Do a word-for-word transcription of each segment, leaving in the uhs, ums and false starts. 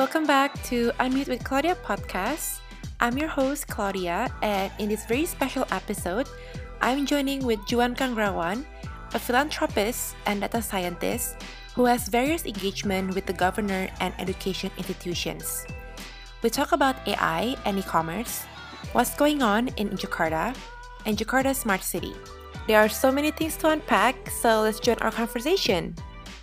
Welcome back to Unmute with Claudia podcast. I'm your host Claudia, and in this very special episode, I'm joining with Juan Kangrawan, a philanthropist and data scientist who has various engagement with the governor and education institutions. We talk about A I and e-commerce, what's going on in Jakarta, and Jakarta's smart city. There are so many things to unpack, so let's join our conversation.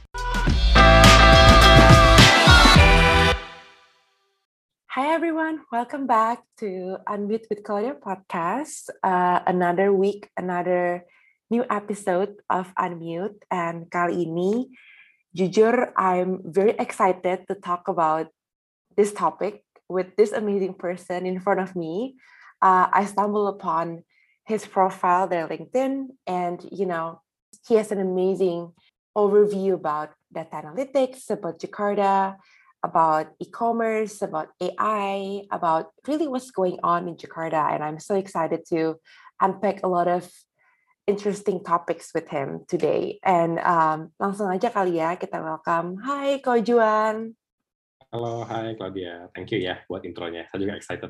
Hi everyone, welcome back to Unmute with Claudia podcast. Uh, another week, another new episode of Unmute. And kali ini, jujur, I'm very excited to talk about this topic with this amazing person in front of me. Uh, I stumbled upon his profile, their LinkedIn, and you know, he has an amazing overview about data analytics, about Jakarta, about e-commerce, about A I, about really what's going on in Jakarta. And I'm so excited to unpack a lot of interesting topics with him today. And um, langsung aja kali ya, kita welcome. Hai, Ko Juan. Halo, hai Claudia. Thank you ya buat intronya. Saya juga excited.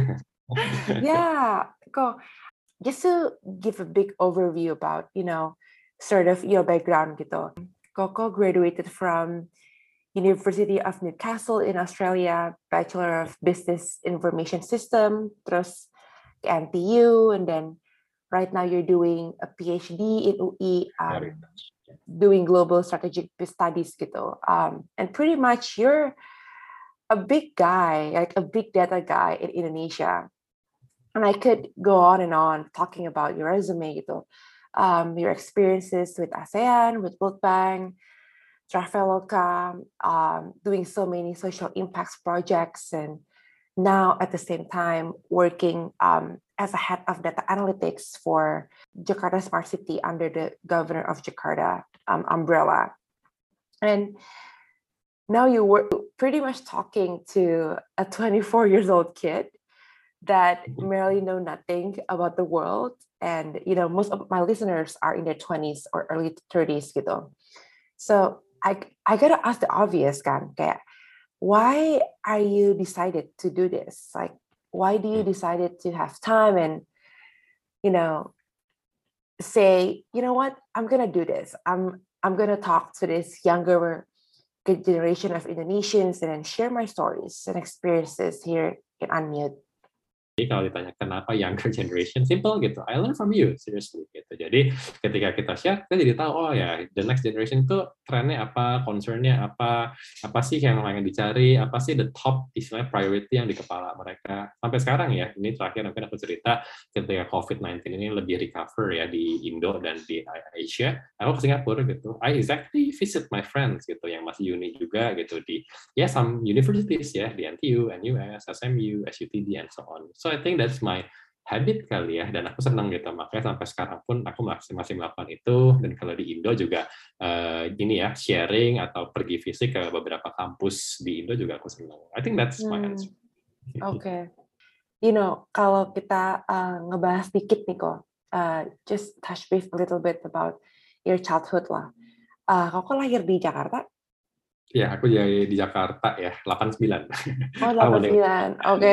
Yeah, Ko. Just to give a big overview about, you know, sort of your background gitu. Koko graduated from University of Newcastle in Australia, Bachelor of Business Information System, terus ke N T U, and then right now you're doing a PhD in U I, um, doing global strategic studies gitu. Um, and pretty much you're a big guy, like a big data guy in Indonesia. And I could go on and on talking about your resume gitu, um, your experiences with ASEAN, with World Bank, Traveloka, um, doing so many social impacts projects, and now at the same time working um, as a head of data analytics for Jakarta Smart City under the Governor of Jakarta um, umbrella. And now you were pretty much talking to a twenty-four years old kid that merely know nothing about the world. And, you know, most of my listeners are in their twenties or early thirties gitu. So I I gotta ask the obvious kan, kayak why are you decided to do this? Like, why do you decided to have time and, you know, say, you know what, I'm gonna do this. I'm I'm gonna talk to this younger generation of Indonesians and then share my stories and experiences here in Unmute. Jadi kalau ditanya kenapa younger generation, simple gitu. I learn from you, seriously gitu. Jadi ketika kita share, kita jadi tahu oh ya, the next generation itu trennya apa, concernnya apa, apa sih yang pengen dicari, apa sih the top istilahnya priority yang di kepala mereka. Sampai sekarang ya, ini terakhir mungkin aku cerita ketika covid sembilan belas ini lebih recover ya di Indo dan di Asia, aku ke Singapura gitu. I exactly visit my friends gitu yang masih uni juga gitu di ya yeah, some universities ya di N T U, N U S, S M U, S U T D and so on. So I think that's my habit kali ya, dan aku senang gitu, makanya sampai sekarang pun aku masih masih melakukan itu. Dan kalau di Indo juga uh, gini ya, sharing atau pergi fisik ke beberapa kampus di Indo juga aku senang. I think that's my answer. Oke, okay. You know, kalau kita uh, ngebahas dikit nih kok, uh, just touch base a little bit about your childhood lah. Uh, kok lahir di Jakarta? Ya, aku jadi di Jakarta ya, delapan sembilan. Oh, delapan sembilan. Oke.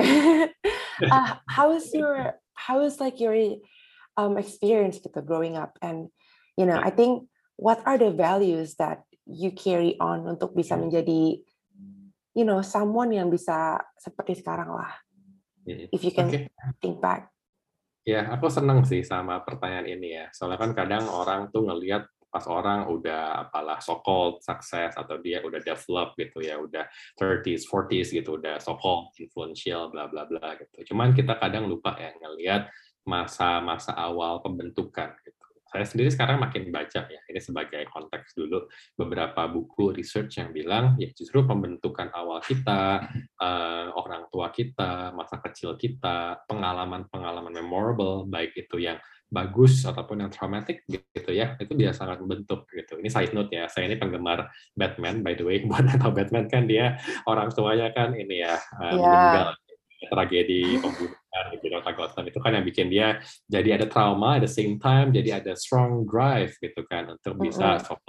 Uh, how is your how is like your um, experience gitu growing up, and you know I think what are the values that you carry on untuk bisa menjadi you know someone yang bisa seperti sekarang lah, if you can okay. think back. Ya, aku seneng sih sama pertanyaan ini ya, soalnya kan kadang orang tuh ngelihat pas orang udah apalah so-called sukses atau dia udah develop gitu ya, udah thirties, forties gitu, udah so-called influential, bla bla bla gitu. Cuman kita kadang lupa ya ngelihat masa-masa awal pembentukan gitu. Saya sendiri sekarang makin baca ya, ini sebagai konteks dulu, beberapa buku research yang bilang ya justru pembentukan awal kita, uh, orang tua kita, masa kecil kita, pengalaman-pengalaman memorable, baik itu yang bagus ataupun yang traumatic gitu ya, itu dia sangat membentuk gitu. Ini side note ya, saya ini penggemar Batman by the way. Buat atau Batman kan dia orang tuanya kan ini ya uh, yeah. meninggal, tragedi pembunuhan gitu, Kota Gotham itu kan yang bikin dia jadi ada trauma at the same time, jadi ada strong drive gitu kan untuk bisa mm-hmm. so-called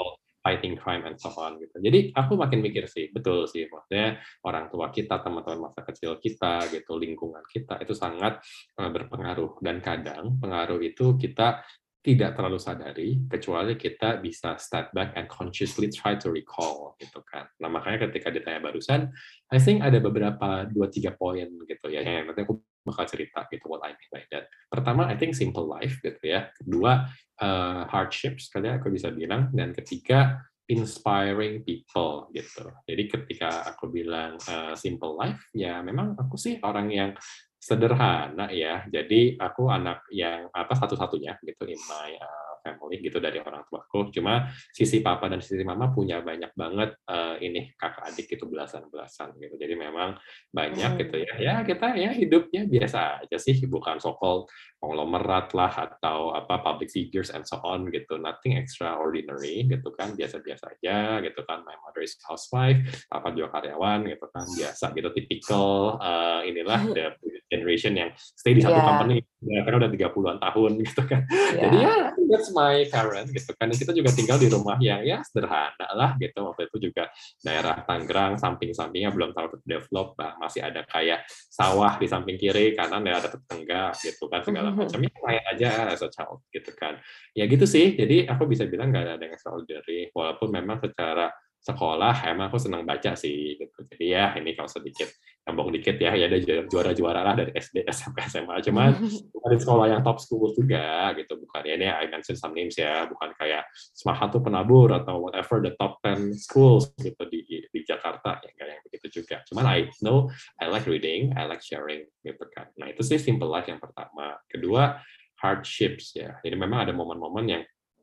fighting crime and so on gitu. Jadi aku makin mikir sih, betul sih, maksudnya orang tua kita, teman-teman masa kecil kita gitu, lingkungan kita itu sangat uh, berpengaruh, dan kadang pengaruh itu kita tidak terlalu sadari kecuali kita bisa step back and consciously try to recall gitu kan. Nah makanya ketika ditanya barusan, I think ada beberapa dua tiga poin gitu ya yang nanti aku bakal cerita gitu what I mean by that. Pertama I think simple life gitu ya. Kedua uh, hardships kali ya aku bisa bilang, dan ketiga inspiring people gitu. Jadi ketika aku bilang uh, simple life ya memang aku sih orang yang sederhana ya, jadi aku anak yang apa satu-satunya gitu in my uh, family gitu dari orang tuaku. Cuma sisi papa dan sisi mama punya banyak banget uh, ini kakak adik gitu belasan-belasan gitu. Jadi memang banyak Hmm. gitu ya. Ya kita ya hidupnya biasa aja sih, bukan so-called konglomerat lah atau apa public figures and so on gitu. Nothing extraordinary gitu kan, biasa-biasa aja gitu kan. My mother is housewife, papa juga karyawan gitu kan, biasa gitu, typical uh, inilah the generation yang stay di satu Yeah. company ya, karena udah tiga puluhan tahun gitu kan. Yeah. Jadi ya that's my parent gitu kan. Kita juga tinggal di rumah yang ya sederhana lah gitu. Waktu itu juga daerah Tangerang, samping-sampingnya belum terlalu develop, bah, masih ada kayak sawah di samping kiri, kanan ya ada tetangga gitu kan, segala macamnya lain aja as a child gitu kan. Ya gitu sih. Jadi aku bisa bilang nggak ada yang extraordinary, walaupun memang secara sekolah emang aku senang baca sih gitu. Jadi ya ini kalau sedikit ngomong dikit ya, ya ada juara-juara lah dari S D, S M P, S M A. Cuman bukan di sekolah yang top school juga gitu, bukan ya ini I mention some names ya, bukan kayak Smartatu Penabur atau whatever the top ten schools gitu di di Jakarta ya, kayak yang begitu juga. Cuman I know I like reading, I like sharing gitu kan. Nah itu sih simple life yang pertama. Kedua hardships ya. Jadi memang ada momen-momen yang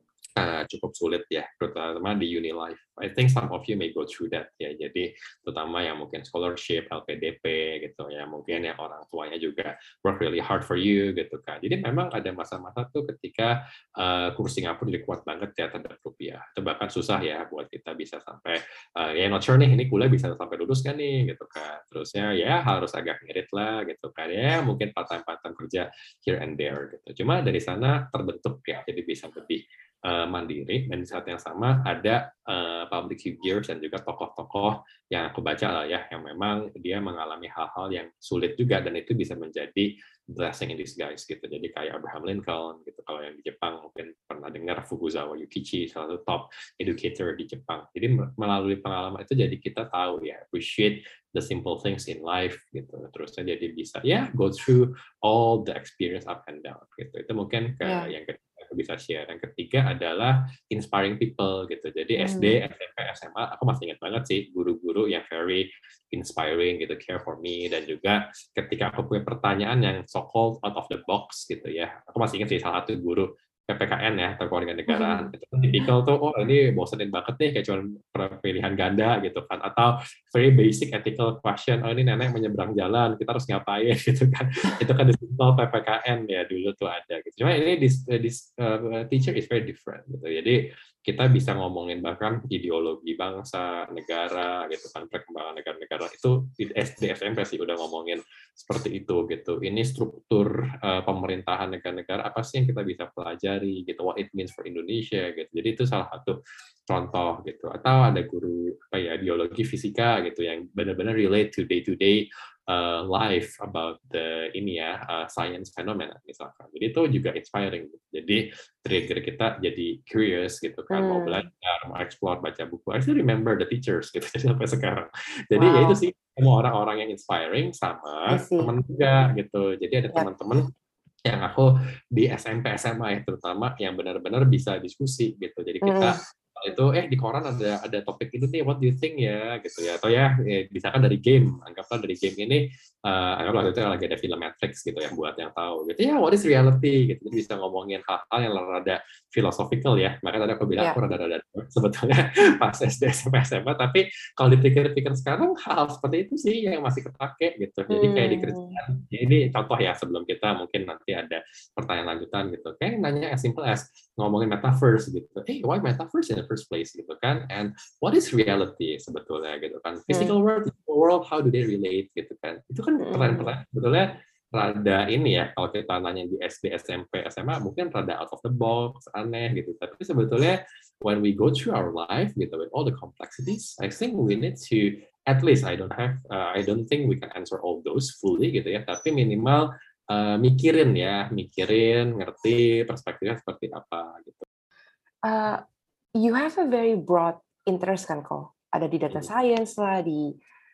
Uh, cukup sulit ya, terutama di uni life. I think some of you may go through that ya. Jadi terutama yang mungkin scholarship, L P D P gitu ya, mungkin yang orang tuanya juga work really hard for you gitu kan. Jadi memang ada masa-masa tuh ketika uh, kurs Singapura jadi kuat banget ya terhadap rupiah. Itu bahkan susah ya buat kita bisa sampai uh, ya not sure nih ini kuliah bisa sampai lulus kan nih gitu kan. Terusnya ya harus agak ngirit lah gitu kan. Ya mungkin part time part time kerja here and there gitu. Cuma dari sana terbentuk ya, jadi bisa lebih Uh, mandiri, dan di saat yang sama ada uh, public figures dan juga tokoh-tokoh yang aku baca lah ya, yang memang dia mengalami hal-hal yang sulit juga, dan itu bisa menjadi blessing in disguise gitu. Jadi kayak Abraham Lincoln gitu, kalau yang di Jepang mungkin pernah dengar Fukuzawa Yukichi, salah satu top educator di Jepang. Jadi melalui pengalaman itu jadi kita tahu ya, appreciate the simple things in life gitu. Terusnya jadi bisa ya go through all the experience up and down gitu. Itu mungkin ke yeah. yang kedua aku bisa share. Yang ketiga adalah inspiring people gitu. Jadi hmm. S D, S M P, S M A aku masih ingat banget sih guru-guru yang very inspiring gitu, care for me, dan juga ketika aku punya pertanyaan yang so called out of the box gitu ya. Aku masih ingat sih salah satu guru P P K N ya, atau kewarganegaraan. Itu kan tipikal tuh, oh ini bosenin banget nih, kayak cuma pilihan ganda gitu kan. Atau very basic ethical question, oh ini nenek menyeberang jalan, kita harus ngapain gitu kan. Itu kan di simple P P K N ya, dulu tuh ada gitu. Cuma ini this, this uh, teacher is very different gitu. Jadi kita bisa ngomongin bahkan ideologi bangsa, negara gitu kan, perkembangan negara-negara itu di S D, S M P sih udah ngomongin seperti itu gitu. Ini struktur uh, pemerintahan negara-negara apa sih yang kita bisa pelajari gitu, what it means for Indonesia gitu. Jadi itu salah satu contoh gitu. Atau ada guru apa ya, biologi fisika gitu yang benar-benar relate to day to day uh, life about the ini ya uh, science phenomena misalkan. Jadi itu juga inspiring. Gitu. Jadi trigger kita jadi curious gitu kan, hmm. mau belajar, mau explore, baca buku. I still remember the teachers gitu sampai sekarang. Jadi wow. ya itu sih semua orang-orang yang inspiring sama teman juga gitu. Jadi ada yep. teman-teman yang aku di S M P, S M A ya terutama yang benar-benar bisa diskusi gitu. Jadi kita hmm. itu eh di koran ada ada topik itu nih, what do you think ya gitu ya, atau ya eh, misalkan dari game, anggaplah dari game ini uh, anggaplah itu lagi ada film Matrix gitu ya, buat yang tahu gitu ya, what is reality gitu. Jadi bisa ngomongin hal-hal yang rada philosophical ya, makanya tadi aku bilang yeah. aku rada-rada sebetulnya pas S D, S M P, S M A, tapi kalau dipikir-pikir sekarang hal seperti itu sih yang masih kepake gitu. Jadi kayak di kerjaan, ini contoh ya sebelum kita mungkin nanti ada pertanyaan lanjutan gitu, kayak nanya as simple as ngomongin metaverse gitu, hey why metaverse in the first place gitu kan, and what is reality sebetulnya gitu kan, physical world, physical world, how do they relate gitu kan, itu kan pertanyaan-pertanyaan sebetulnya rada ini ya, kalau kita nanya di S D, S M P, S M A mungkin rada out of the box, aneh gitu, tapi sebetulnya when we go through our life gitu with all the complexities, I think we need to at least I don't have uh, I don't think we can answer all those fully gitu ya, tapi minimal uh, mikirin ya, mikirin, ngerti perspektifnya seperti apa gitu. Uh, you have a very broad interest kan kok, ada di data science lah, di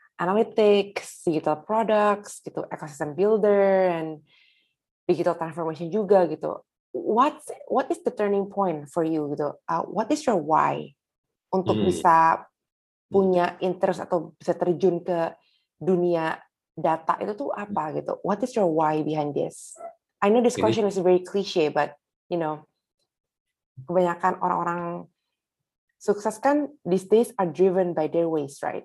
analytics, digital products gitu, ecosystem builder, and digital transformation juga gitu. What what is the turning point for you gitu? Uh, what is your why untuk Hmm. bisa punya interest atau bisa terjun ke dunia data itu tuh apa gitu? What is your why behind this? I know this question is very cliche, but you know, kebanyakan orang-orang sukses kan these days are driven by their ways, right?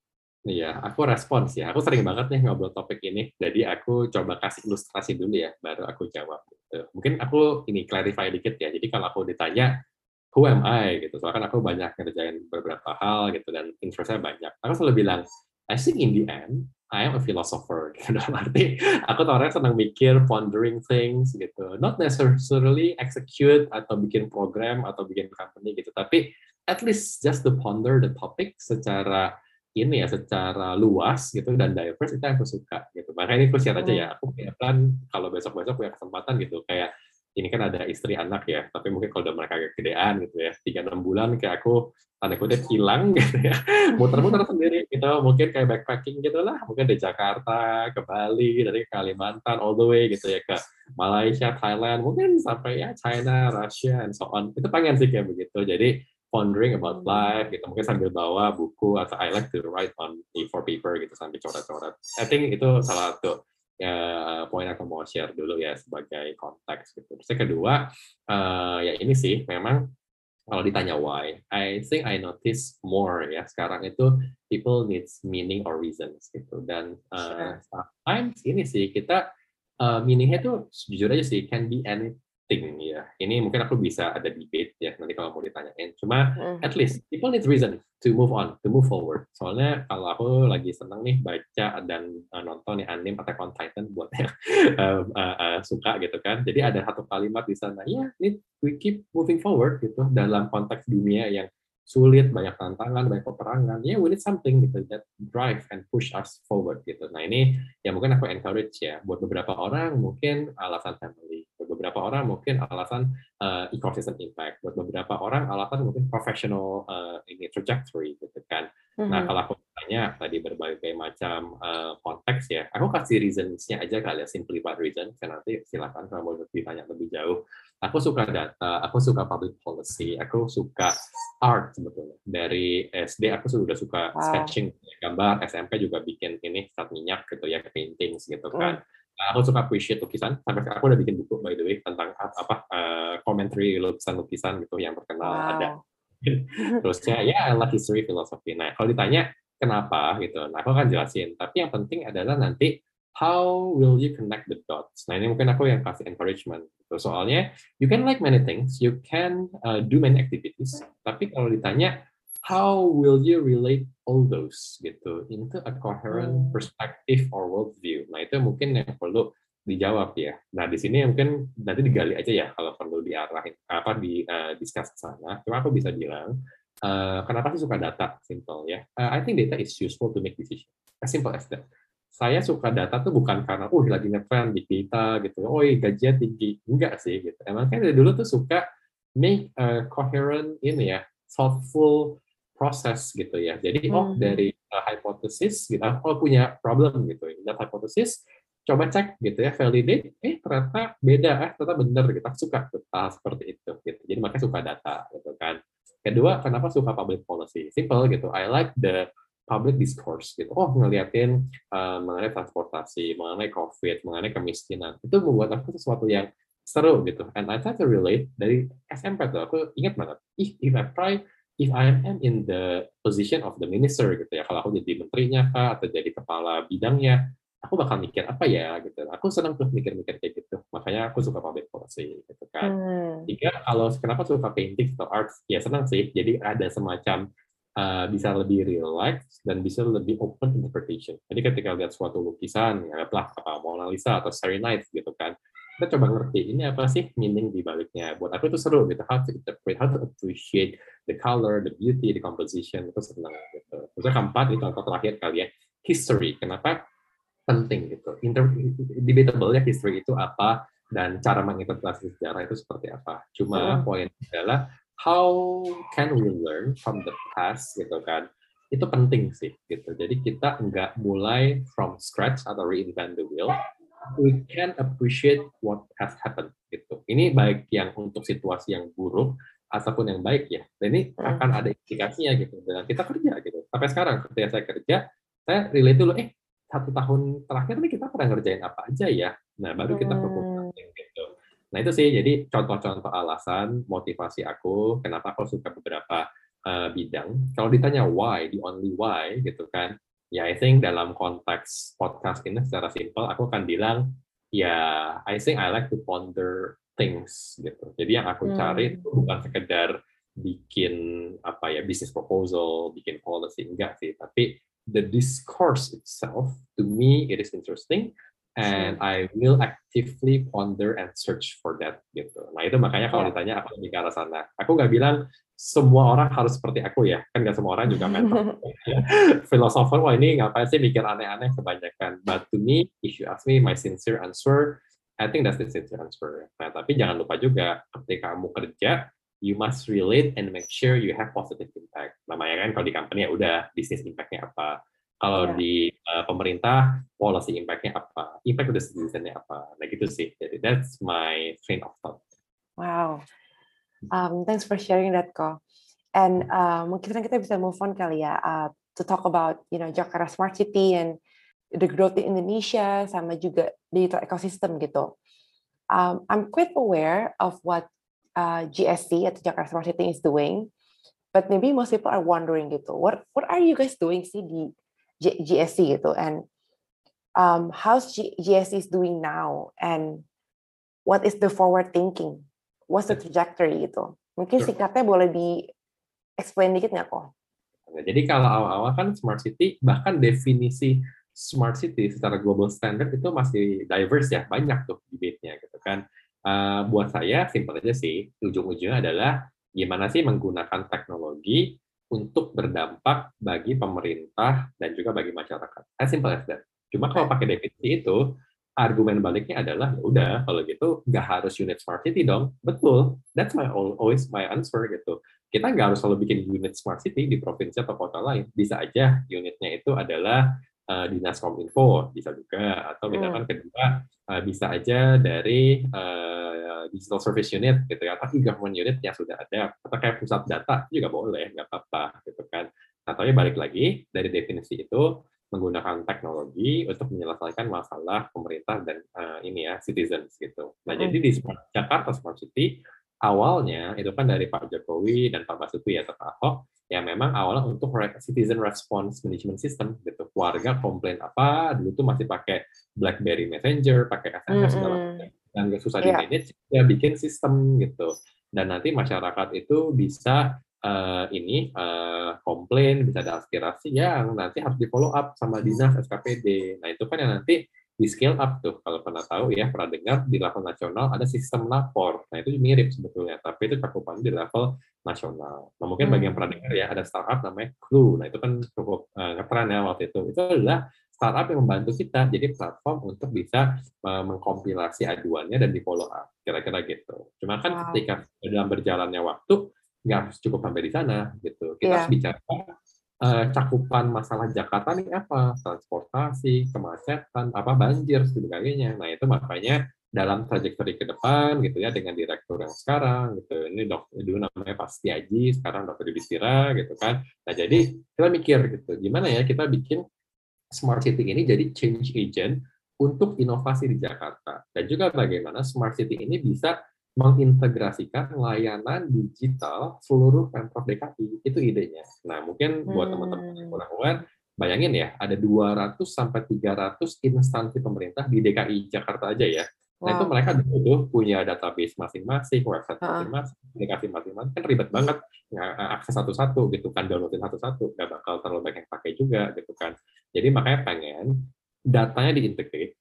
Iya, aku respons ya. Aku sering banget nih ngobrol topik ini. Jadi aku coba kasih ilustrasi dulu ya, baru aku jawab. Gitu. Mungkin aku ini clarify dikit ya. Jadi kalau aku ditanya, who am I? Gitu. Soalnya kan aku banyak ngerjain beberapa hal gitu dan interest-nya banyak. Aku selalu bilang, I think in the end, I am a philosopher. Gitu. Dalam arti, aku tuh orangnya senang mikir, pondering things gitu. Not necessarily execute atau bikin program atau bikin company gitu. Tapi at least just to ponder the topic secara ini ya secara luas gitu dan diverse itu yang aku suka gitu. Makanya ini aku share aja ya. Aku punya plan kalau besok-besok punya kesempatan gitu kayak ini kan ada istri anak ya, tapi mungkin kalau udah mereka agak gedean gitu ya, tiga enam bulan kayak aku tanda kutip hilang gitu ya, muter-muter sendiri gitu, mungkin kayak backpacking gitu lah, mungkin dari Jakarta ke Bali, dari Kalimantan all the way gitu ya ke Malaysia, Thailand, mungkin sampai ya China, Russia, and so on. Itu pengen sih kayak begitu. Jadi pondering about life gitu, mungkin sambil bawa buku atau I like to write on A four paper gitu sambil coret-coret. I think itu salah satu ya poin aku mau share dulu ya sebagai konteks gitu. Terus yang kedua uh, ya ini sih memang kalau ditanya why, I think I notice more ya sekarang itu people needs meaning or reasons gitu dan uh, sometimes ini sih kita uh, meaningnya tuh jujur aja sih can be anything ya. Ini mungkin aku bisa ada debate ya nanti kalau mau ditanyain. Cuma at least people need reason to move on, to move forward. Soalnya kalau aku lagi seneng nih baca dan uh, nonton nih anime Attack on Titan buat yang uh, uh, uh, suka gitu kan. Jadi ada satu kalimat di sana, ya, yeah, we keep moving forward gitu dalam konteks dunia yang sulit, banyak tantangan, banyak peperangan. Ya, yeah, we need something gitu that drive and push us forward gitu. Nah ini ya mungkin aku encourage ya. Buat beberapa orang mungkin alasan family, buat beberapa orang mungkin alasan uh, ecosystem impact, buat beberapa orang alasan mungkin professional uh, ini trajectory gitu kan. Mm-hmm. Nah kalau aku tanya tadi berbagai macam uh, konteks ya, aku kasih reasons-nya aja kali ya, simplified reason. Saya nanti silakan kalau mau ditanya lebih jauh. Aku suka data, aku suka public policy, aku suka art sebetulnya. Dari S D aku sudah suka wow. sketching, gambar, S M P juga bikin ini cat minyak gitu ya, paintings gitu kan. Mm. Aku suka appreciate lukisan, sampai aku udah bikin buku by the way tentang apa uh, commentary lukisan-lukisan gitu yang terkenal wow. ada. Terusnya ya I like history, philosophy. Nah kalau ditanya kenapa gitu, nah aku akan jelasin. Tapi yang penting adalah nanti how will you connect the dots? Nah ini mungkin aku yang kasih encouragement. Gitu. Soalnya you can like many things, you can uh, do many activities. Tapi kalau ditanya how will you relate all those gitu into a coherent perspective or worldview? Nah itu mungkin yang perlu dijawab ya. Nah di sini mungkin nanti digali aja ya kalau perlu diarahin apa di uh, discuss ke sana. Cuma aku bisa bilang uh, kenapa sih suka data? Simple ya. Uh, I think data is useful to make decision. As simple as that. Saya suka data tuh bukan karena oh lagi ngetrend big data gitu. Oh gajinya tinggi. Enggak sih gitu. Emang kan dari dulu tuh suka make a coherent ini ya, thoughtful process gitu ya. Jadi oh dari uh, hypothesis gitu, oh punya problem gitu. That hypothesis coba cek gitu ya, validate, eh ternyata beda, eh ternyata benar gitu. Aku suka hal seperti itu gitu. Jadi makanya suka data gitu kan. Kedua, kenapa suka public policy? Simple gitu. I like the public discourse gitu. Oh, ngeliatin uh, mengenai transportasi, mengenai COVID, mengenai kemiskinan. Itu membuat aku sesuatu yang seru gitu. And I try to relate dari S M P tuh. Aku ingat banget. If, if I try, if I am in the position of the minister gitu ya. Kalau aku jadi menterinya kah, atau jadi kepala bidangnya, aku bakal mikir apa ya gitu. Aku senang tuh mikir-mikir kayak gitu. Makanya aku suka public policy gitu kan. Hmm. Jika kalau kenapa suka painting atau art, ya senang sih. Jadi ada semacam uh, bisa lebih real life dan bisa lebih open interpretation. Jadi ketika lihat suatu lukisan, anggaplah apa Mona Lisa atau Starry Night gitu kan. kita coba ngerti ini apa sih meaning di baliknya. Buat aku itu seru gitu, how to interpret, how to appreciate the color, the beauty, the composition, itu senang gitu. Terus yang keempat itu contoh terakhir kali ya, history. Kenapa penting gitu? Inter debatable ya history itu apa dan cara menginterpretasi sejarah itu seperti apa. Cuma Mm-mm. poin adalah how can we learn from the past gitu kan? Itu penting sih gitu. Jadi kita nggak mulai from scratch atau reinvent the wheel, we can appreciate what has happened gitu. Ini baik yang untuk situasi yang buruk ataupun yang baik ya. Dan ini Mm-mm. akan ada implikasinya gitu. Dan kita kerja gitu. Sampai sekarang ketika saya kerja, saya relate dulu, eh satu tahun terakhir ini kita pernah ngerjain apa aja ya. Nah baru kita fokus Mm. gitu. Nah itu sih jadi contoh-contoh alasan motivasi aku kenapa aku suka beberapa uh, bidang. Kalau ditanya why, the only why gitu kan, ya I think dalam konteks podcast ini secara simpel aku akan bilang ya I think I like to ponder things gitu. Jadi yang aku cari Mm. itu bukan sekedar bikin apa ya business proposal, bikin policy enggak sih, tapi the discourse itself to me it is interesting and Mm. I will actively ponder and search for that gitu. Nah itu makanya kalau Yeah. ditanya aku lebih ke arah sana. Aku nggak bilang semua orang harus seperti aku ya, kan nggak semua orang juga mentor. Filosofer, wah ini ngapain sih mikir aneh-aneh kebanyakan. But to me, if you ask me my sincere answer, I think that's the sincere answer. Nah tapi jangan lupa juga ketika kamu kerja, you must relate and make sure you have positive impact. Namanya kan kalau di company ya udah bisnis impact-nya apa. Kalau Yeah. di uh, pemerintah, policy impact-nya apa, impact udah citizen-nya apa. Nah gitu sih. Jadi that's my train of thought. Wow. Um, thanks for sharing that, Ko. And uh, mungkin kita bisa move on kali ya uh, to talk about you know Jakarta Smart City and the growth in Indonesia sama juga digital ecosystem gitu. Um, I'm quite aware of what uh, G S C atau Jakarta Smart City is doing, but maybe most people are wondering gitu, what what are you guys doing sih di G- GSC gitu, and um, how's G- GSC is doing now, and what is the forward thinking, what's the trajectory gitu. Mungkin Sure. singkatnya boleh di explain dikit nggak kok? Nah, jadi kalau awal-awal kan smart city, bahkan definisi smart city secara global standard itu masih diverse ya, banyak tuh debate-nya gitu kan. Uh, buat saya simpel aja sih, ujung-ujungnya adalah gimana sih menggunakan teknologi untuk berdampak bagi pemerintah dan juga bagi masyarakat. As simple as that. Cuma kalau pakai definisi itu, argumen baliknya adalah ya udah kalau gitu nggak harus unit smart city dong. Betul, that's my always my answer gitu. Kita nggak harus selalu bikin unit smart city di provinsi atau kota lain. Bisa aja unitnya itu adalah uh, dinas kominfo, bisa juga. Atau misalkan Hmm. kedua, uh, bisa aja dari uh, digital service unit gitu ya, atau government unit yang sudah ada. Atau kayak pusat data juga boleh, nggak apa-apa gitu kan. Nah, tapi balik lagi dari definisi itu menggunakan teknologi untuk menyelesaikan masalah pemerintah dan uh, ini ya citizens gitu. Nah, Hmm. jadi di Smart, Jakarta Smart City awalnya itu kan dari Pak Jokowi dan Pak Basuki ya, atau Pak Ahok, ya memang awalnya untuk citizen response management system gitu. Warga komplain apa, dulu tuh masih pakai BlackBerry Messenger, pakai S M S segala macam, dan nggak susah di manage, ya bikin sistem gitu. Dan nanti masyarakat itu bisa uh, ini uh, komplain, bisa ada aspirasi yang nanti harus di follow up sama dinas S K P D. Nah itu kan yang nanti di scale up tuh, kalau pernah tahu ya, pernah dengar di level nasional ada sistem lapor. Nah itu mirip sebetulnya, tapi itu cakupan di level nasional. Nah mungkin bagi yang pernah dengar ya, ada startup namanya Clue. Nah itu kan cukup uh, ngetren ya waktu itu. Itu adalah startup yang membantu kita, jadi platform untuk bisa uh, mengkompilasi aduannya dan di follow up, kira-kira gitu. Cuma kan wow. ketika dalam berjalannya waktu, nggak harus cukup sampai di sana gitu. Kita yeah. harus bicara uh, cakupan masalah Jakarta nih apa, transportasi, kemacetan, apa banjir, sebagainya. Nah itu makanya dalam trajektori ke depan gitu ya, dengan direktur yang sekarang gitu, ini dok dulu namanya Pak Setiaji, sekarang Dokter Yudhistira gitu kan. Nah jadi kita mikir gitu, gimana ya kita bikin smart city ini jadi change agent untuk inovasi di Jakarta, dan juga bagaimana smart city ini bisa mengintegrasikan layanan digital seluruh Pemprov D K I. Itu idenya. Nah, mungkin buat teman-teman yang kurang aware, bayangin ya, ada dua ratus sampai tiga ratus instansi pemerintah di D K I Jakarta aja ya. Nah, wow. itu mereka dulu punya database masing-masing, website masing-masing, aplikasi masing-masing, kan ribet banget akses satu-satu gitu kan, downloadin satu-satu, nggak bakal terlalu banyak yang pakai juga gitu kan. Jadi makanya pengen datanya diintegrate,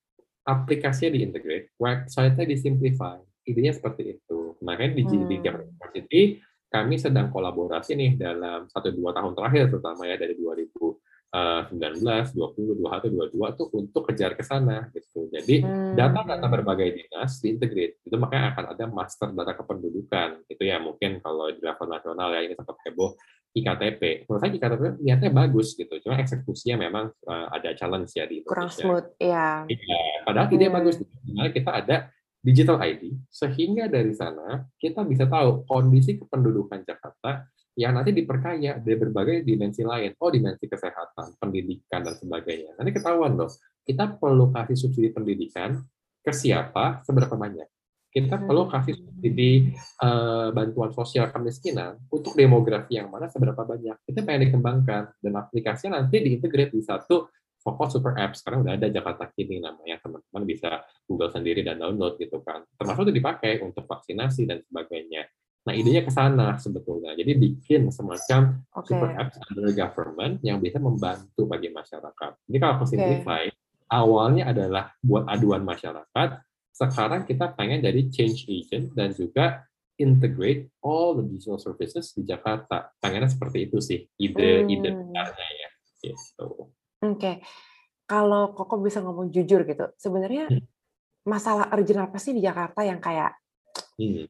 aplikasinya diintegrate, website-nya disimplify. Idenya seperti itu. Makanya di, di Jakarta Hmm. University, kami sedang kolaborasi nih dalam satu dua tahun terakhir, terutama ya dari dua ribu sembilan belas, dua puluh, dua puluh satu, dua puluh dua tuh untuk kejar ke sana gitu. Jadi data-data Hmm. berbagai dinas diintegrate. Itu makanya akan ada master data kependudukan. Itu ya mungkin kalau di level nasional ya ini sempat heboh I K T P. Menurut saya I K T P niatnya bagus gitu. Cuma eksekusinya memang uh, ada challenge ya di Kurang Indonesia. smooth, ya. Iya, padahal ide bagus. Hmm. Dimana kita ada digital I D, sehingga dari sana kita bisa tahu kondisi kependudukan Jakarta yang nanti diperkaya dari berbagai dimensi lain. Oh, dimensi kesehatan, pendidikan, dan sebagainya. Nanti ketahuan loh, kita perlu kasih subsidi pendidikan ke siapa, seberapa banyak. Kita perlu kasih subsidi uh, bantuan sosial kemiskinan untuk demografi yang mana, seberapa banyak. Itu pengen dikembangkan. Dan aplikasinya nanti diintegrate di satu Pokok super apps. Sekarang udah ada Jakarta Kini namanya, teman-teman bisa Google sendiri dan download gitu kan. Termasuk itu dipakai untuk vaksinasi dan sebagainya. Nah, idenya ke sana sebetulnya. Jadi bikin semacam okay. super apps under government yang bisa membantu bagi masyarakat. Jadi kalau aku okay. simplify, awalnya adalah buat aduan masyarakat, sekarang kita pengen jadi change agent dan juga integrate all the digital services di Jakarta. Pengennya seperti itu sih, ide-ide hmm. besarnya ya. Gitu. Oke, okay. Kalau Koko bisa ngomong jujur gitu, sebenarnya hmm. masalah urgent apa sih di Jakarta yang kayak hmm.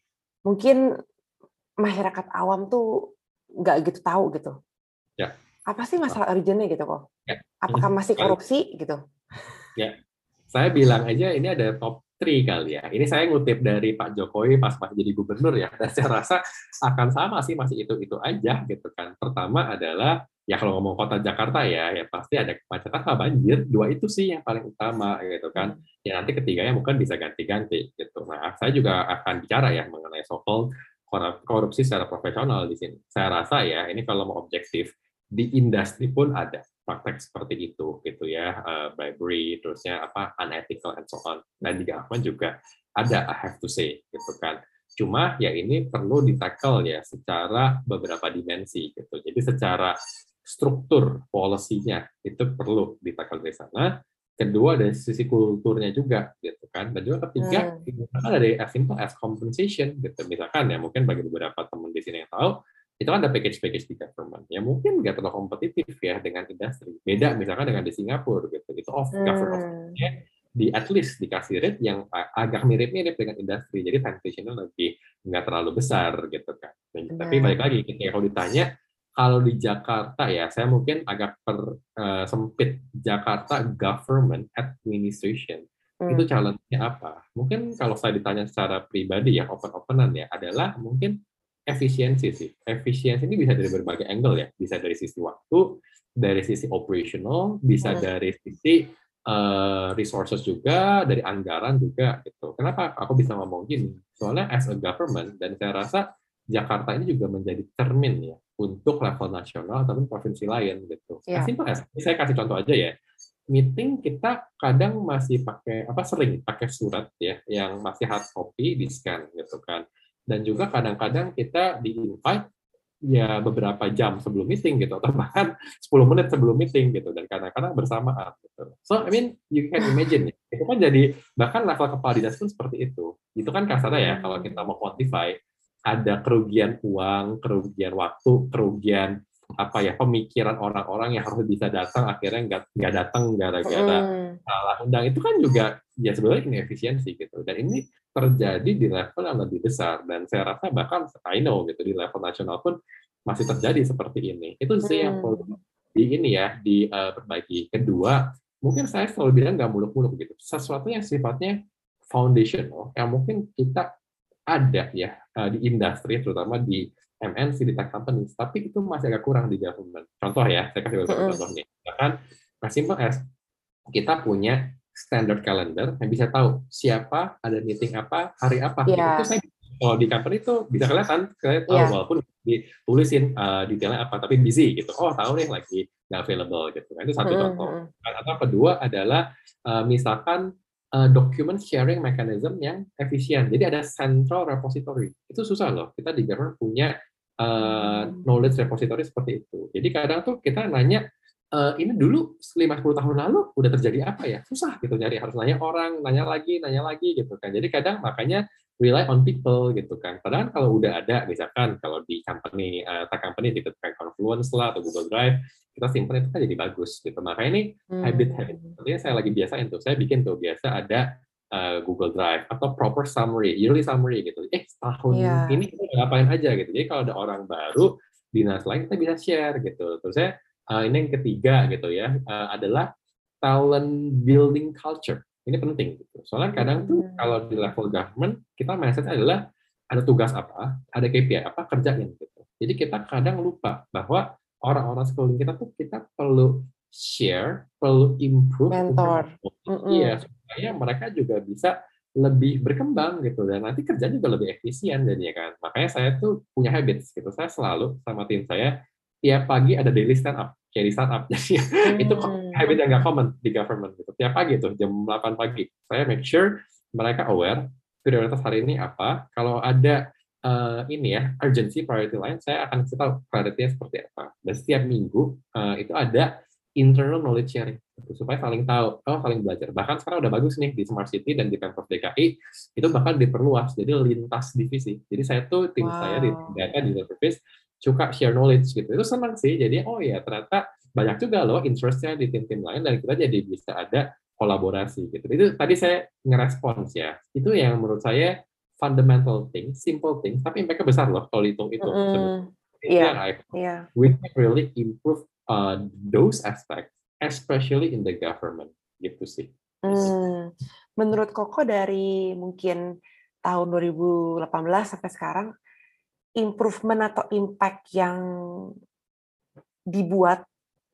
mungkin masyarakat awam tuh nggak gitu tahu gitu? Ya. Apa sih masalah urgentnya gitu kok? Ya. Apakah masih korupsi gitu? Ya, saya bilang aja ini ada top tiga kali ya. Ini saya ngutip dari Pak Jokowi pas masih jadi gubernur ya. Dan saya rasa akan sama sih, masih itu-itu aja gitu kan. Pertama adalah ya kalau ngomong kota Jakarta ya, ya pasti ada kemacetan sama banjir. Dua itu sih yang paling utama gitu kan. Ya nanti ketiganya mungkin bisa ganti-ganti gitu. Nah, saya juga akan bicara ya mengenai soal korupsi secara profesional di sini. Saya rasa ya ini kalau mau objektif di industri pun ada praktek seperti itu gitu ya, uh, bribery, terusnya apa unethical and so on. Dan di government juga ada, I have to say gitu kan. Cuma ya ini perlu di-tackle ya secara beberapa dimensi gitu. Jadi secara struktur policy-nya itu perlu di-tackle dari sana. Kedua dari sisi kulturnya juga gitu kan. Dan juga ketiga hmm. misalkan dari as simple as compensation gitu. Misalkan ya mungkin bagi beberapa teman di sini yang tahu itu kan ada package-package di government yang mungkin nggak terlalu kompetitif ya dengan industri. Beda misalkan dengan di Singapura gitu. Itu off government hmm. di at least dikasih rate yang agak mirip-mirip dengan industri. Jadi taxation-nya lebih nggak terlalu besar gitu kan. Dan, tapi balik lagi ketika kalau ditanya kalau di Jakarta ya saya mungkin agak per, uh, sempit Jakarta government administration. Hmm. Itu challenge-nya apa? Mungkin kalau saya ditanya secara pribadi ya open-openan ya adalah mungkin efisiensi sih. Efisiensi ini bisa dari berbagai angle ya. Bisa dari sisi waktu, dari sisi operational, bisa hmm. dari sisi uh, resources juga, dari anggaran juga gitu. Kenapa aku bisa ngomong gini? Soalnya as a government, dan saya rasa Jakarta ini juga menjadi cermin ya untuk level nasional ataupun provinsi lain gitu. Yeah. As simple as, saya kasih contoh aja ya. Meeting kita kadang masih pakai apa sering pakai surat ya, yang masih hard copy di scan gitu kan. Dan juga kadang-kadang kita di-invite ya beberapa jam sebelum meeting gitu, atau bahkan sepuluh menit sebelum meeting gitu, dan kadang-kadang bersamaan gitu. So, I mean, you can imagine, itu kan jadi, bahkan level kepala dinas pun seperti itu. Itu kan kasarnya ya, kalau kita mau quantify, ada kerugian uang, kerugian waktu, kerugian apa ya pemikiran orang-orang yang harus bisa datang akhirnya nggak nggak datang gara-gara mm. salah undang, itu kan juga ya sebenarnya inefisiensi gitu. Dan ini terjadi di level yang lebih besar, dan saya rasa bahkan I know gitu di level nasional pun masih terjadi seperti ini. Itu sih mm. yang perlu di ini ya diperbagi. Uh, Kedua, mungkin saya selalu bilang nggak muluk-muluk gitu. Sesuatu yang sifatnya foundational yang mungkin kita ada ya uh, di industri, terutama di M N C, di tech companies, tapi itu masih agak kurang di government. Contoh ya, saya kasih beberapa contoh nih. Bahkan as simple as kita punya standard calendar yang bisa tahu siapa ada meeting apa, hari apa. Yeah. Itu saya kalau di company itu bisa kelihatan, saya tahu yeah. walaupun ditulisin uh, detailnya apa, tapi busy gitu. Oh, tahu nih lagi nggak available gitu. Nah, itu satu mm-hmm. contoh. Dan atau kedua adalah uh, misalkan uh, document sharing mechanism yang efisien. Jadi ada central repository. Itu susah loh. Kita di government punya Uh, knowledge repository seperti itu. Jadi kadang tuh kita nanya uh, ini dulu lima puluh tahun lalu udah terjadi apa ya? Susah gitu nyari, harus nanya orang, nanya lagi, nanya lagi gitu kan. Jadi kadang makanya rely on people gitu kan. Padahal kalau udah ada, misalkan kalau di company, uh, tech company, di kayak Confluence lah atau Google Drive, kita simpan itu kan jadi bagus gitu. Makanya ini habit-habit. Hmm. Sepertinya saya lagi biasain tuh, saya bikin tuh biasa ada uh, Google Drive atau proper summary, yearly summary gitu. Eh tahun Iya. ini kita udah ngapain aja gitu. Jadi kalau ada orang baru dinas lain kita bisa share gitu. Terus saya uh, ini yang ketiga gitu ya uh, adalah talent building culture. Ini penting gitu. Soalnya kadang tuh Hmm. kalau di level government kita mindset adalah ada tugas apa, ada K P I apa, kerjain gitu. Jadi kita kadang lupa bahwa orang-orang sekeliling kita tuh kita perlu share, perlu improve in terms Mentor. of iya, Mm-mm. supaya mereka juga bisa lebih berkembang gitu dan nanti kerjanya juga lebih efisien jadinya kan. Makanya saya tuh punya habits gitu. Saya selalu sama tim saya tiap pagi ada daily stand up kayak di startup. Jadi itu Hmm. habit yang nggak common di government gitu. Tiap pagi tuh jam delapan pagi saya make sure mereka aware prioritas hari ini apa. Kalau ada uh, ini ya urgency priority line, saya akan kasih tahu priority-nya seperti apa. Dan setiap minggu uh, itu ada internal knowledge sharing gitu, supaya saling tahu, oh saling belajar. Bahkan sekarang udah bagus nih di Smart City dan di Pemprov D K I itu bahkan diperluas jadi lintas divisi. Jadi saya tuh tim saya di Wow. data di service suka share knowledge gitu. Itu senang sih. Jadi oh ya ternyata banyak juga loh interestnya di tim-tim lain dan kita jadi bisa ada kolaborasi gitu. Itu tadi saya ngerespons ya. Itu yang menurut saya fundamental thing, simple thing, tapi impact-nya besar loh kalau hitung itu sebenarnya. Mm-mm. Itu Iya. yang I Iya. we can really improve uh, those aspects, especially in the government gitu sih. Hmm. Menurut Koko dari mungkin tahun dua ribu delapan belas sampai sekarang, improvement atau impact yang dibuat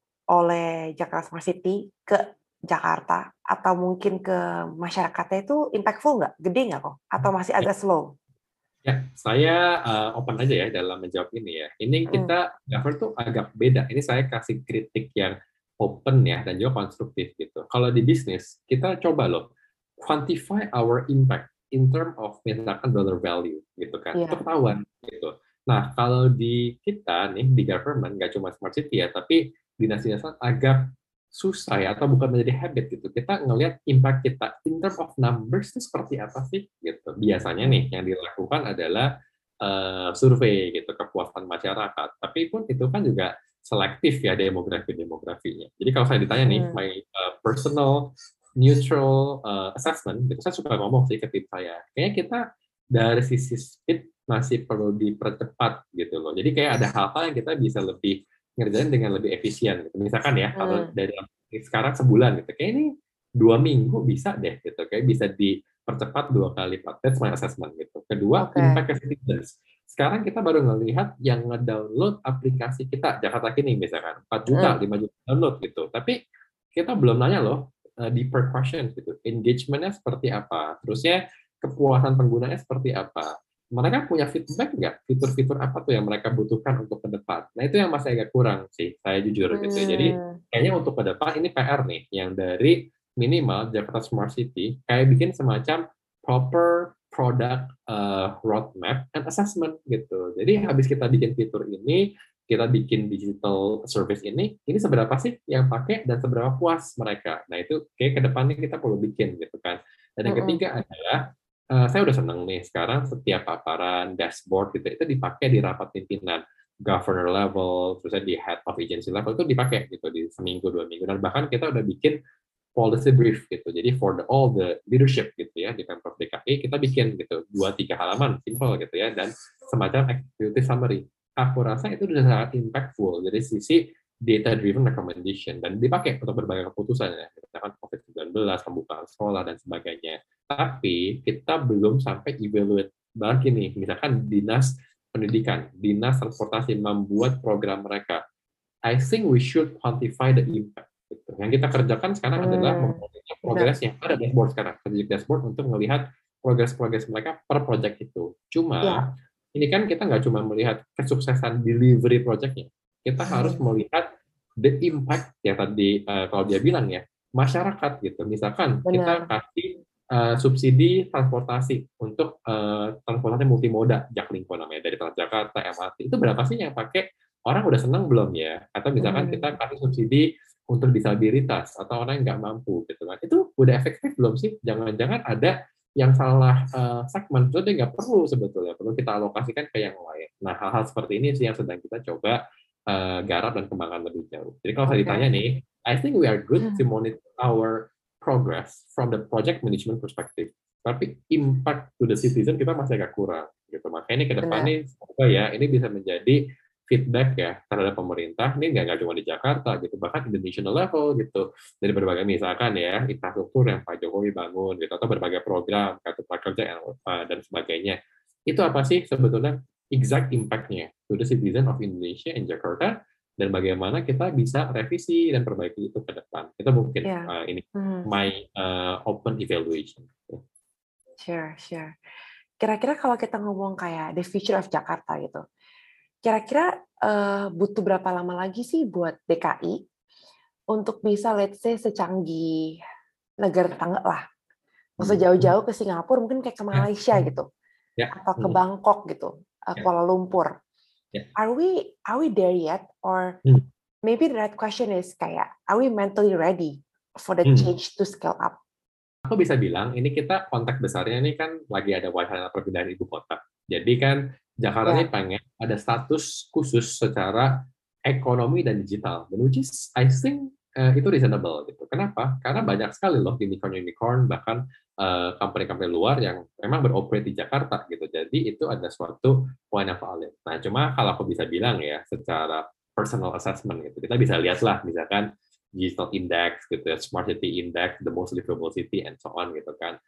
oleh Jakarta Smart City ke Jakarta atau mungkin ke masyarakatnya itu impactful nggak? Gede nggak kok? Atau masih agak slow? Ya, saya uh, open aja ya dalam menjawab ini ya. Ini Mm. kita cover tuh agak beda. Ini saya kasih kritik yang open ya dan juga konstruktif gitu. Kalau di bisnis, kita coba loh quantify our impact in term of misalkan dollar value gitu kan. Itu Iya. ketahuan gitu. Nah, kalau di kita nih di government nggak cuma smart city ya, tapi dinas-dinas agak susah ya atau bukan menjadi habit gitu. Kita ngelihat impact kita in terms of numbers itu seperti apa sih gitu. Biasanya nih yang dilakukan adalah uh, survei gitu kepuasan masyarakat. Tapi pun itu kan juga selektif ya demografi-demografinya. Jadi kalau saya ditanya nih Hmm. my uh, personal neutral uh, assessment gitu saya suka ngomong sih ke tim saya. Kayaknya kita dari sisi speed masih perlu dipercepat gitu loh. Jadi kayak ada hal-hal yang kita bisa lebih ngerjain dengan lebih efisien gitu. Misalkan ya kalau Hmm. dari sekarang sebulan gitu kayak ini dua minggu bisa deh gitu kayak bisa dipercepat dua kali lipat. That's my assessment gitu. Kedua, Oke. impact effectiveness. Sekarang kita baru ngelihat yang ngedownload aplikasi kita Jakarta Kini misalkan empat juta, Hmm. lima juta download gitu. Tapi kita belum nanya loh uh, deeper question gitu. Engagement-nya seperti apa? Terusnya kepuasan penggunanya seperti apa? Mereka punya feedback nggak? Fitur-fitur apa tuh yang mereka butuhkan untuk ke depan? Nah itu yang masih agak kurang sih, saya jujur gitu ya. Jadi Hmm. kayaknya untuk ke depan ini P R nih, yang dari minimal Jakarta Smart City kayak bikin semacam proper product uh, roadmap and assessment gitu. Jadi habis kita bikin fitur ini, kita bikin digital service ini, ini seberapa sih yang pakai dan seberapa puas mereka. Nah itu kayak ke depannya kita perlu bikin gitu kan. Dan yang Hmm. ketiga adalah Uh, saya udah seneng nih sekarang setiap paparan dashboard gitu itu dipakai di rapat pimpinan governor level, terusnya di head of agency level itu dipakai gitu di seminggu dua minggu dan bahkan kita udah bikin policy brief gitu. Jadi for the all the leadership gitu ya di Pemprov D K I kita bikin gitu dua tiga halaman simple gitu ya dan semacam activity summary. Aku rasa itu sudah sangat impactful dari sisi data driven recommendation dan dipakai untuk berbagai keputusan ya, misalkan covid sembilan belas, pembukaan sekolah dan sebagainya. Tapi kita belum sampai evaluate lagi nih, misalkan dinas pendidikan, dinas transportasi membuat program mereka. I think we should quantify the impact. Gitu. Yang kita kerjakan sekarang adalah Hmm. memonitor Benar. progresnya. Ada dashboard sekarang, strategic dashboard untuk melihat progres-progres mereka per project itu. Cuma Ya. ini kan kita nggak cuma melihat kesuksesan delivery projectnya, kita harus Hmm. melihat the impact yang tadi uh, kalau dia bilang ya masyarakat gitu. Misalkan kita Benar. kasih uh, subsidi transportasi untuk uh, transportasi multimoda, Jaklingko namanya dari Transjakarta, M R T itu berapa sih yang pakai? Orang udah senang belum ya? Atau misalkan Hmm. kita kasih subsidi untuk disabilitas atau orang yang nggak mampu gitu kan. Itu udah efektif belum sih? Jangan-jangan ada yang salah uh, segmen, itu dia nggak perlu sebetulnya, perlu kita alokasikan ke yang lain. Nah, hal-hal seperti ini sih yang sedang kita coba uh, garap dan kembangkan lebih jauh. Jadi kalau saya ditanya Oke. nih, I think we are good to monitor our progress from the project management perspective. Tapi impact to the citizen kita masih agak kurang gitu. Makanya ini ke depan Benar. nih semoga ya ini bisa menjadi feedback ya terhadap pemerintah, ini nggak cuma di Jakarta gitu, bahkan international level gitu, dari berbagai misalkan ya infrastruktur yang Pak Jokowi bangun gitu, atau berbagai program kartu prakerja uh, dan sebagainya. Itu apa sih sebetulnya exact impact-nya to the citizen of Indonesia in Jakarta, dan bagaimana kita bisa revisi dan perbaiki itu ke depan. Itu mungkin Ya. uh, ini Hmm. my uh, open evaluation. Sure, sure. Kira-kira kalau kita ngomong kayak the future of Jakarta gitu, kira-kira uh, butuh berapa lama lagi sih buat D K I untuk bisa let's say secanggih negara tetangga lah. Nggak usah Hmm. jauh-jauh ke Singapura, mungkin kayak ke Ya, Malaysia gitu, ya, atau ke hmm, Bangkok gitu, uh, ya, Kuala Lumpur. ya. Are we are we there yet? Or Hmm, maybe the right question is kayak, are we mentally ready for the hmm. change to scale up? Aku bisa bilang ini kita konteks besarnya ini kan lagi ada wacana perpindahan ibu kota. Jadi kan Jakarta ini Ya, pengen ada status khusus secara ekonomi dan digital, dan which is I think uh, itu reasonable gitu. Kenapa? Karena banyak sekali loh unicorn-unicorn bahkan uh, company-company luar yang memang beroperate di Jakarta gitu. Jadi itu ada suatu poin yang valid. Nah, cuma kalau aku bisa bilang ya secara personal assessment gitu, kita bisa lihatlah misalkan digital index gitu ya, smart city index, the most livable city and so on gitu kan.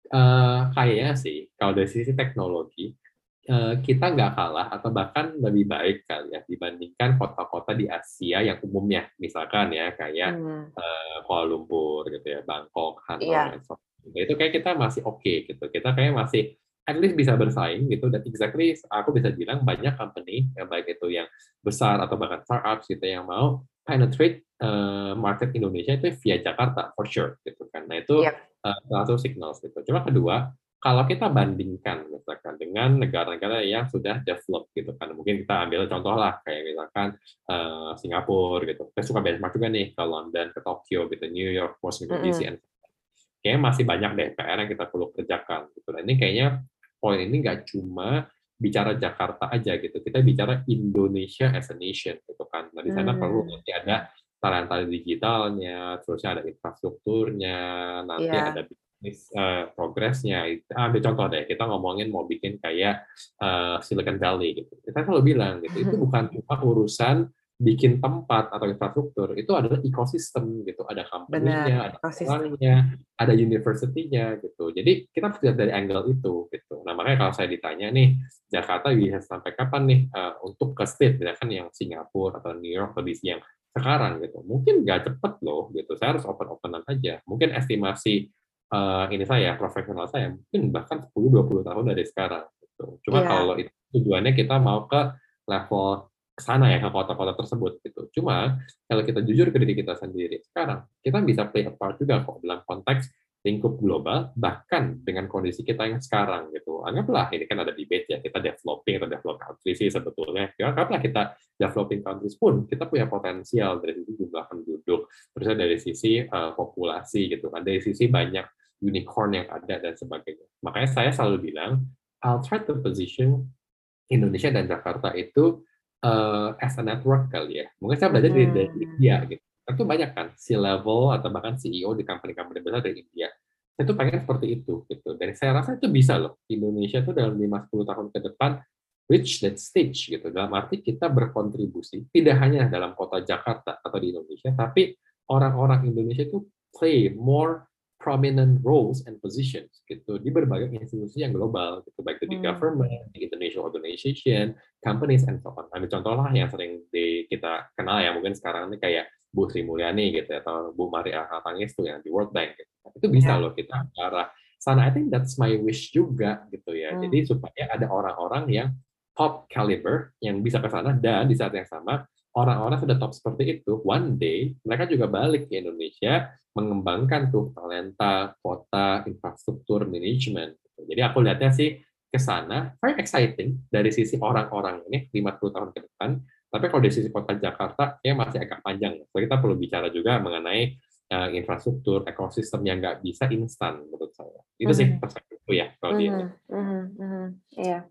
Uh, kayaknya sih kalau dari sisi teknologi uh, kita nggak kalah atau bahkan lebih baik kali ya dibandingkan kota-kota di Asia yang umumnya, misalkan ya kayak hmm, uh, Kuala Lumpur gitu ya, Bangkok, Hanoi, iya, and so on. Itu kayak kita masih oke okay, gitu. Kita kayak masih at least bisa bersaing gitu, dan exactly aku bisa bilang banyak company yang baik itu yang besar atau bahkan startups gitu yang mau penetrate uh, market Indonesia itu via Jakarta for sure gitu kan. Nah itu iya, uh, salah satu signal gitu. Cuma kedua, kalau kita bandingkan misalkan dengan negara-negara yang sudah develop gitu kan, mungkin kita ambil contoh lah kayak misalkan uh, Singapura gitu. Kita suka benchmark juga nih ke London, ke Tokyo gitu, New York, Washington D C, mm-mm. and kayaknya masih banyak deh P R yang kita perlu kerjakan gitu. Nah ini kayaknya poin ini nggak cuma bicara Jakarta aja gitu, kita bicara Indonesia as a nation gitu kan. Nah di sana perlu Hmm, nanti ada talenta digitalnya, terusnya ada infrastrukturnya, nanti ada iya, bisnis uh, progresnya. Ambil contoh deh, kita ngomongin mau bikin kayak uh, Silicon Valley gitu. Kita selalu bilang gitu, itu bukan cuma urusan bikin tempat atau infrastruktur, itu adalah ekosistem gitu, ada benar, company-nya, ada ekosistem. orangnya, ada university-nya gitu. Jadi kita harus lihat dari angle itu gitu. Nah makanya kalau saya ditanya nih, Jakarta bisa sampai kapan nih uh, untuk ke state, misalkan yang Singapura atau New York atau D C yang sekarang gitu, mungkin nggak cepet loh gitu. Saya harus open-openan aja. Mungkin estimasi uh, ini saya, profesional saya, mungkin bahkan sepuluh dua puluh tahun dari sekarang. Gitu. Cuma Iya, kalau itu tujuannya kita mau ke level ke sana ya, ke kota-kota tersebut gitu. Cuma kalau kita jujur ke diri kita sendiri, sekarang kita bisa play a part juga kok dalam konteks lingkup global, bahkan dengan kondisi kita yang sekarang gitu. Anggaplah ini kan ada debate ya, kita developing atau develop country sih sebetulnya. Ya, anggaplah kita developing countries pun kita punya potensial dari sisi jumlah penduduk, terusnya dari sisi uh, populasi gitu kan, dari sisi banyak unicorn yang ada dan sebagainya. Makanya saya selalu bilang, I'll try to position Indonesia dan Jakarta itu uh, as a network kali ya. Mungkin saya belajar dari, dari hmm, India gitu. Itu banyak kan C-level atau bahkan C E O di company-company besar dari India. Saya tuh pengen seperti itu gitu. Dan saya rasa itu bisa loh. Indonesia tuh dalam lima sepuluh tahun ke depan reach that stage gitu. Dalam arti kita berkontribusi tidak hanya dalam kota Jakarta atau di Indonesia, tapi orang-orang Indonesia itu play more prominent roles and positions gitu di berbagai institusi yang global gitu, baik itu di hmm, government, di international organization, companies and so on. Ambil contoh lah yang sering di, kita kenal ya mungkin sekarang ini kayak Bu Sri Mulyani gitu ya, atau Bu Maria Pangestu yang di World Bank gitu. Itu bisa iya, loh kita ke arah sana. I think that's my wish juga gitu ya. hmm, Jadi supaya ada orang-orang yang top caliber yang bisa ke sana, dan di saat yang sama orang-orang sudah top seperti itu, one day mereka juga balik ke Indonesia mengembangkan tuh talenta, kota, infrastruktur, manajemen. Jadi aku lihatnya sih ke sana, very exciting dari sisi orang-orang ini lima puluh tahun ke depan. Tapi kalau dari sisi kota Jakarta, ya masih agak panjang. So, kita perlu bicara juga mengenai uh, infrastruktur, ekosistem yang nggak bisa instan menurut saya. Itu sih Mhm. perspektifku ya kalau di Mhm, ini. mhm, mhm. Iya.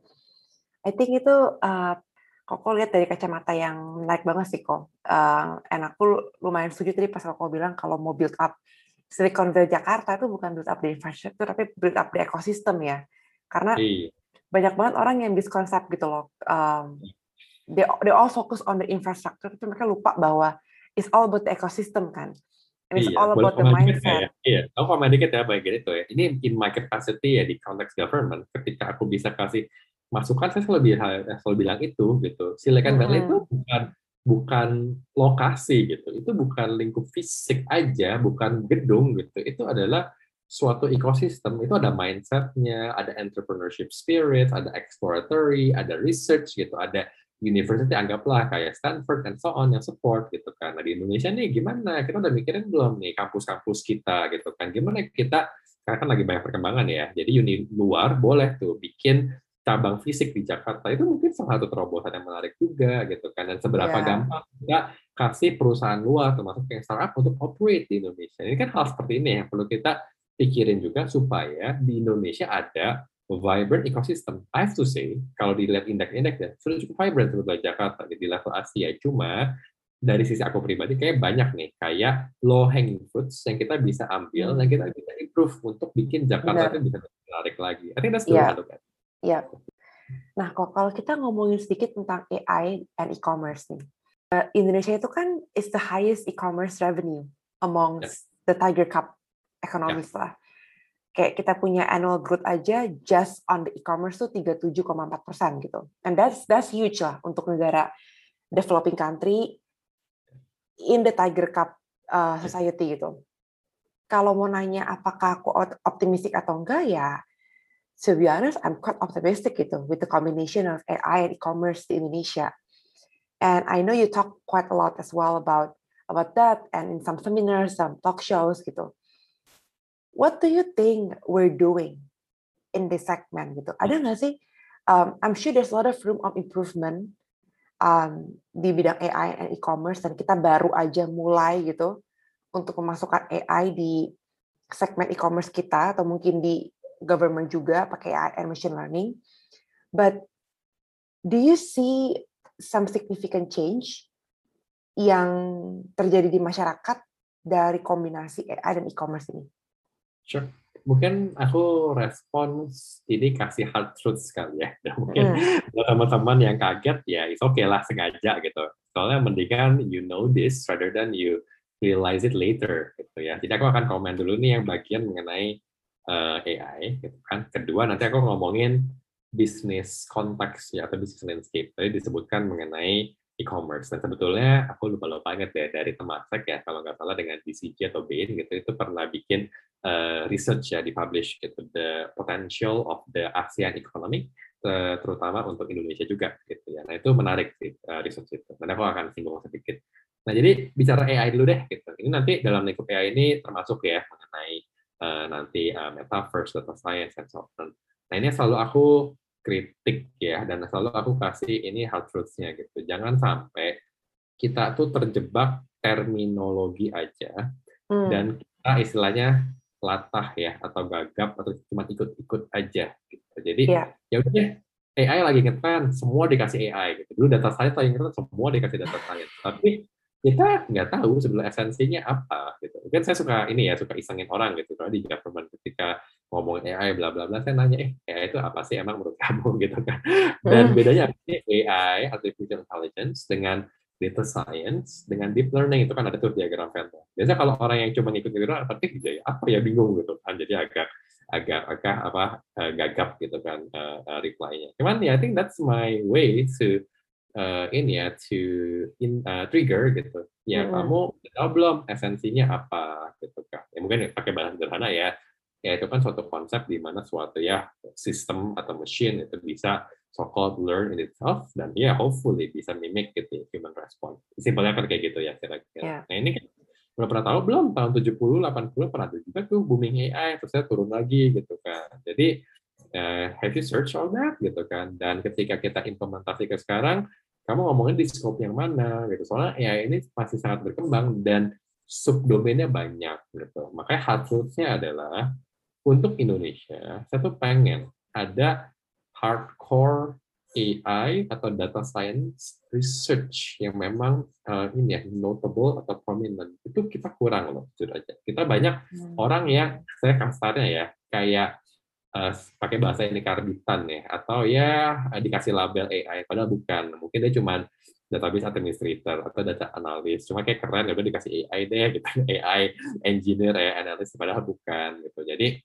I think itu uh, Koko lihat dari kacamata yang menarik banget sih kok. Uh, and aku lumayan setuju tadi pas Koko bilang kalau mau build up Silicon Valley Jakarta itu bukan build up di infrastruktur, tapi build up di ekosistem ya. Karena Iya, banyak banget orang yang miskonsep gitu loh. Um, they, they all focus on the infrastructure, tapi mereka lupa bahwa it's all about the ecosystem kan. And it's iya. all Boleh about the komen dikit nggak ya? mindset. Iya, aku komen dikit ya bagian itu ya. Ini in my capacity ya di konteks government, ketika aku bisa kasih masukan, saya selalu bilang, selalu bilang itu gitu. Silicon Valley itu Mm-mm. bukan bukan lokasi gitu, itu bukan lingkup fisik aja, bukan gedung gitu. Itu adalah suatu ekosistem. Itu ada mindsetnya, ada entrepreneurship spirit, ada exploratory, ada research gitu, ada university anggaplah kayak Stanford and so on yang support gitu kan. Nah di Indonesia nih gimana? Kita udah mikirin belum nih kampus-kampus kita gitu kan? Gimana kita, karena kan lagi banyak perkembangan ya. Jadi uni luar boleh tuh bikin cabang fisik di Jakarta, itu mungkin salah satu terobosan yang menarik juga gitu kan. Dan seberapa Ya, gampang kita kasih perusahaan luar termasuk yang startup untuk operate di Indonesia. Ini kan hal seperti ini yang perlu kita pikirin juga supaya di Indonesia ada vibrant ecosystem. I have to say, kalau dilihat indeks-indeks ya, sudah cukup vibrant sebetulnya Jakarta di level Asia. Cuma dari sisi aku pribadi kayak banyak nih, kayak low hanging fruits yang kita bisa ambil dan hmm, kita bisa improve untuk bikin Jakarta benar. itu bisa lebih menarik lagi. I think that's the way I Ya, look at it. ya. Nah, kok kalau kita ngomongin sedikit tentang A I and e-commerce nih. Indonesia itu kan is the highest e-commerce revenue Ya, amongst the Tiger Cup ya, economies lah. Kayak kita punya annual growth aja just on the e-commerce tuh tiga puluh tujuh koma empat persen gitu. And that's that's huge lah untuk negara developing country in the Tiger Cup uh, ya. society gitu. Kalau mau nanya apakah aku optimistik atau enggak ya, to be honest, I'm quite optimistic gitu with the combination of A I and e-commerce di Indonesia. And I know you talk quite a lot as well about about that and in some seminars, some talk shows gitu. What do you think we're doing in this segment gitu? Ada nggak sih? Um, I'm sure there's a lot of room of improvement um, di bidang A I and e-commerce dan kita baru aja mulai gitu untuk memasukkan A I di segmen e-commerce kita atau mungkin di government juga pakai A I and machine learning. But do you see some significant change yang terjadi di masyarakat dari kombinasi A I dan e-commerce ini? Sure. Mungkin aku respons ini kasih hard truth sekali ya. Dan mungkin Mm. buat teman-teman yang kaget ya, it's okay lah sengaja gitu. Soalnya mendingan you know this rather than you realize it later gitu ya. Jadi aku akan komen dulu nih yang bagian mengenai uh, A I gitu kan. Kedua nanti aku ngomongin bisnis konteks ya atau bisnis landscape. Tadi disebutkan mengenai e-commerce. Dan sebetulnya aku lupa-lupa ingat ya dari Temasek ya kalau nggak salah dengan B C G atau Bain gitu itu pernah bikin uh, research ya dipublish gitu the potential of the ASEAN economy uh, terutama untuk Indonesia juga gitu ya. Nah itu menarik sih uh, research itu. Dan aku akan singgung sedikit. Nah jadi bicara A I dulu deh gitu. Ini nanti dalam lingkup A I ini termasuk ya mengenai uh, nanti uh, metaverse, data science, and so on. Nah ini selalu aku kritik ya dan selalu aku kasih ini hard truths-nya gitu. Jangan sampai kita tuh terjebak terminologi aja Hmm. dan kita istilahnya latah ya atau gagap atau cuma ikut-ikut aja gitu. Jadi Ya, ya udah deh A I lagi ngetren, semua dikasih A I gitu. Dulu data science lagi ngetren, semua dikasih data science. Tapi kita nggak tahu sebenarnya esensinya apa gitu. Mungkin saya suka ini ya, suka isengin orang gitu. Kalau di government ketika ngomong A I bla bla bla, saya nanya, eh A I itu apa sih emang menurut kamu gitu kan? Dan hmm. bedanya A I, artificial intelligence, dengan data science, dengan deep learning itu kan ada tuh diagram Venn. Biasanya kalau orang yang cuma ngikut ngikut apa ya apa ya bingung gitu kan, jadi agak agak agak apa uh, gagap gitu kan uh, uh, reply-nya. Cuman ya I think that's my way to uh, ini ya to in, uh, trigger gitu. Ya Hmm. kamu tahu belum esensinya apa gitu kan. Ya mungkin pakai bahasa sederhana ya. Ya itu kan suatu konsep di mana suatu ya sistem atau machine itu bisa so-called learn in itself dan ya yeah, hopefully bisa mimic gitu ya, human response. Simpelnya kan kayak gitu ya kira-kira. Ya. Nah ini kan belum pernah tahu belum tahun tujuh puluh delapan puluh pernah ada juga tuh booming A I terus saya turun lagi gitu kan. Jadi uh, have you search all that gitu kan. Dan ketika kita implementasi ke sekarang kamu ngomongin di scope yang mana gitu. Soalnya A I ini masih sangat berkembang dan subdomainnya banyak gitu. Makanya hard rules-nya adalah untuk Indonesia, saya tuh pengen ada hardcore A I atau data science research yang memang uh, ini ya notable atau prominent. Itu kita kurang loh, jujur aja. Kita banyak Hmm. orang yang saya kasarnya ya kayak uh, pakai bahasa ini karbitan ya, atau ya dikasih label A I padahal bukan. Mungkin dia cuma database administrator atau data analyst, cuma kayak keren ya udah dikasih A I deh gitu, A I engineer ya analyst padahal bukan gitu. Jadi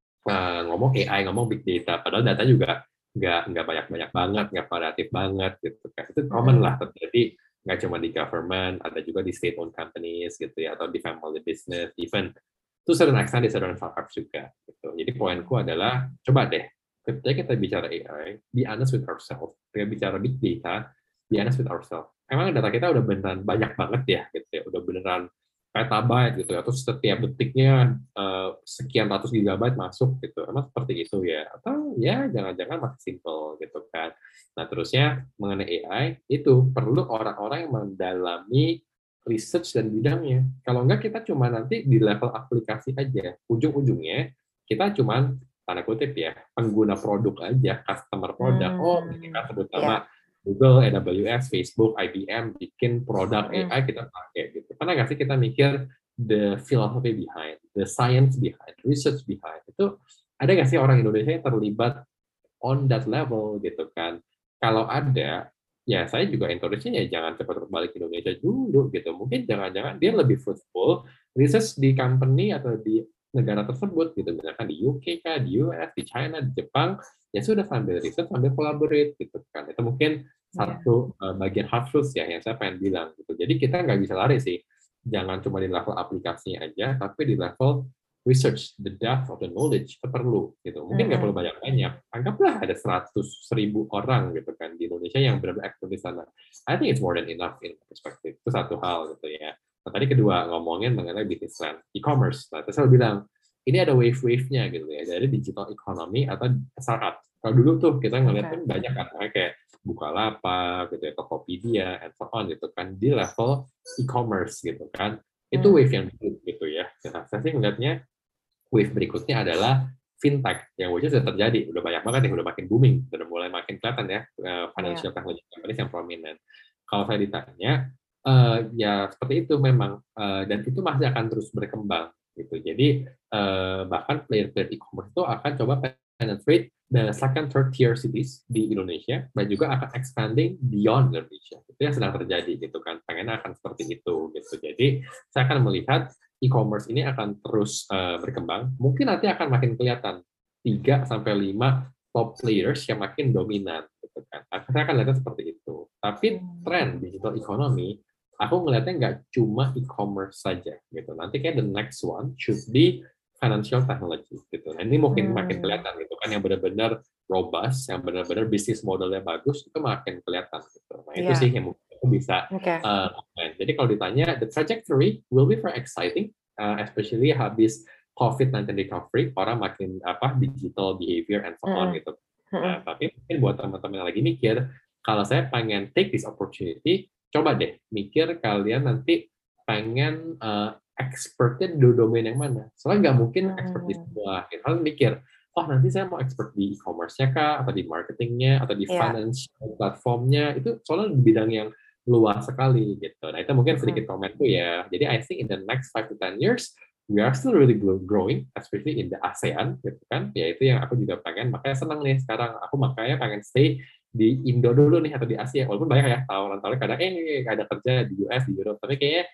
Uh, ngomong A I, ngomong big data, padahal data juga nggak nggak banyak-banyak banget, nggak variatif banget gitu kan. Itu common lah terjadi, nggak cuma di government, ada juga di state-owned companies gitu ya, atau di family business, even to certain extent di certain startups juga. Gitu. Jadi poinku adalah, coba deh, ketika kita bicara A I, be honest with ourselves. Ketika bicara big data, be honest with ourselves. Emang data kita udah beneran banyak banget ya, gitu ya, udah beneran petabyte gitu ya, atau setiap detiknya uh, sekian ratus gigabyte masuk gitu, emang seperti itu ya, atau ya jangan-jangan masih simple gitu kan. Nah terusnya mengenai A I itu perlu orang-orang yang mendalami research dan bidangnya. Kalau enggak kita cuma nanti di level aplikasi aja, ujung-ujungnya kita cuma tanda kutip ya pengguna produk aja, customer produk. Oh ini kan sebut nama Google, A W S, Facebook, I B M bikin produk A I kita pakai gitu. Karena nggak sih kita mikir the philosophy behind, the science behind, research behind. Itu ada nggak sih orang Indonesia yang terlibat on that level gitu kan? Kalau ada, ya saya juga encourage-nya ya jangan cepat-cepat balik ke Indonesia dulu gitu. Mungkin jangan-jangan dia lebih fruitful research di company atau di negara tersebut gitu. Misalkan di U K kah, di U S, di China, di Jepang, ya sudah sambil riset sambil collaborate gitu kan. Itu mungkin satu uh, bagian hard truth ya yang saya pengen bilang gitu. Jadi kita nggak bisa lari sih, jangan cuma di level aplikasinya aja, tapi di level research, the depth of the knowledge itu perlu gitu. Mungkin nggak perlu banyak-banyak. Anggaplah ada seratus ribu orang gitu kan di Indonesia yang benar-benar aktif di sana. I think it's more than enough in perspective. Itu satu hal gitu ya. Nah, tadi kedua ngomongin mengenai business trend e-commerce. Nah, terus saya bilang ini ada wave-wave-nya gitu ya dari digital economy atau startup. Kalau dulu tuh kita ngeliat kan banyak kan kayak Bukalapak gitu ya, Tokopedia, and so on gitu kan di level e-commerce gitu kan. Itu wave yang dulu gitu ya. Nah, saya sih ngeliatnya wave berikutnya adalah fintech yang which sudah terjadi, udah banyak banget yang udah makin booming, udah mulai makin kelihatan ya financial yeah. technology companies yang prominent. Kalau saya ditanya, uh, ya seperti itu memang, uh, dan itu masih akan terus berkembang gitu. Jadi uh, bahkan player-player e-commerce itu akan coba penetrate the second, third tier cities di Indonesia dan juga akan expanding beyond Indonesia. Itu yang sedang terjadi gitu kan. Pengen akan seperti itu gitu. Jadi saya akan melihat e-commerce ini akan terus uh, berkembang. Mungkin nanti akan makin kelihatan tiga sampai lima top players yang makin dominan gitu kan. Saya akan lihatnya seperti itu. Tapi tren digital economy aku ngelihatnya nggak cuma e-commerce saja gitu. Nanti kayak the next one should be financial technology gitu. Nah, ini mungkin hmm. makin kelihatan gitu kan yang benar-benar robust, yang benar-benar bisnis modelnya bagus itu makin kelihatan gitu. Nah, itu yeah. sih yang mungkin aku bisa okay. uh, jadi kalau ditanya the trajectory will be very exciting, uh, especially habis COVID nineteen recovery, orang makin apa digital behavior and so on hmm. gitu. Nah, hmm. tapi mungkin buat teman-teman yang lagi mikir, kalau saya pengen take this opportunity, coba deh mikir kalian nanti pengen uh, expertnya di domain yang mana. Soalnya nggak mungkin expert di semua. Kalian mikir, oh nanti saya mau expert di e-commerce-nya kah, atau di marketingnya, atau di yeah. financial platformnya. Itu soalnya di bidang yang luas sekali gitu. Nah itu mungkin sedikit komen tuh ya. Jadi I think in the next five to ten years, we are still really growing, especially in the ASEAN gitu kan. Ya itu yang aku juga pengen. Makanya senang nih sekarang. Aku makanya pengen stay di Indo dulu nih atau di Asia. Walaupun banyak ya tawaran-tawaran kadang eh ada kerja di U S, di Europe. Tapi kayaknya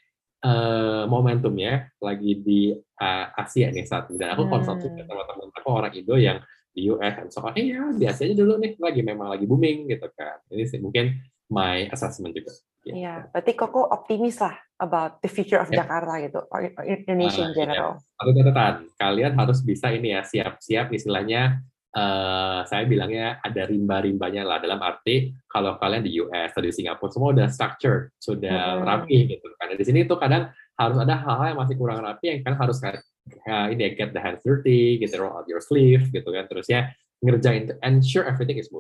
Uh, momentumnya lagi di uh, Asia nih saat ini. Dan aku konsultasi hmm. sama teman aku orang Indo yang di U S dan so on. Eh ya biasa aja dulu nih lagi memang lagi booming gitu kan. Ini sih mungkin my assessment juga. Iya, yeah. berarti Koko optimis lah about the future of yeah. Jakarta gitu, Indonesia in general. Satu uh, catatan, kalian harus bisa ini ya siap-siap istilahnya. Uh, saya bilangnya ada rimba-rimbanya lah dalam arti kalau kalian di U S atau di Singapura semua udah structure, sudah hmm. rapi gitu. Karena di sini tuh kadang harus ada hal-hal yang masih kurang rapi yang kan harus kayak uh, ini get the hands dirty, gitu, roll out your sleeve gitu kan, terusnya ngerjain to ensure everything is moving.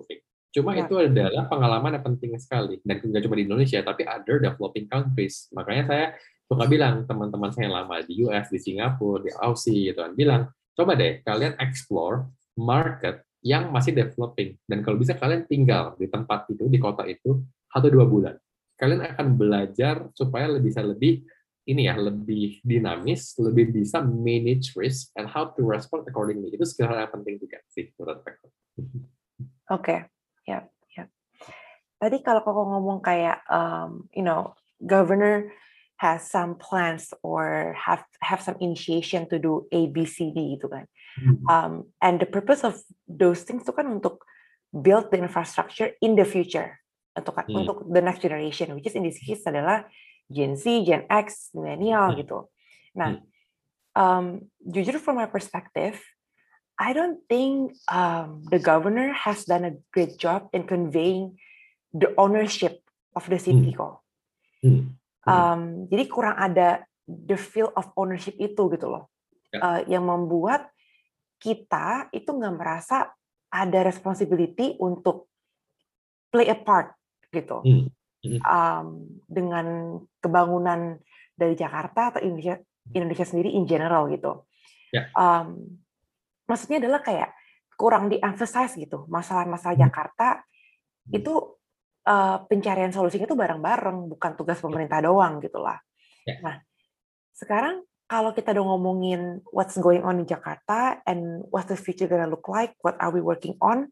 Cuma Ya. itu adalah pengalaman yang penting sekali, dan nggak cuma di Indonesia, tapi other developing countries. Makanya saya suka bilang teman-teman saya yang lama di U S, di Singapura, di Aussie gitu kan, bilang coba deh kalian explore market yang masih developing, dan kalau bisa kalian tinggal di tempat itu, di kota itu satu dua bulan. Kalian akan belajar supaya lebih bisa lebih ini ya, lebih dinamis, lebih bisa manage risk and how to respond accordingly. Itu skill yang penting juga sih menurut aku. Oke, ya, ya. Tadi kalau koko ngomong kayak, um, you know, governor has some plans or have have some initiation to do A, B, C, D gitu kan. Um, and the purpose of those things itu kan untuk build the infrastructure in the future untuk Hmm. untuk the next generation, which is in this case adalah Gen Z, Gen X, millennial Hmm. gitu. Nah, Hmm. um, jujur from my perspective, I don't think um, the governor has done a great job in conveying the ownership of the city kok. Hmm. Hmm. Um, jadi kurang ada the feel of ownership itu gitu loh, Ya. uh, yang membuat kita itu nggak merasa ada responsibility untuk play a part gitu. Hmm. Hmm. Um, dengan kebangunan dari Jakarta atau Indonesia Indonesia sendiri in general gitu. Ya. Um, maksudnya adalah kayak kurang di-emphasize gitu masalah-masalah Hmm. Jakarta itu uh, pencarian solusinya itu bareng-bareng, bukan tugas pemerintah doang gitulah. Ya. Nah, sekarang kalau kita udah ngomongin what's going on in Jakarta and what's the future gonna look like, what are we working on,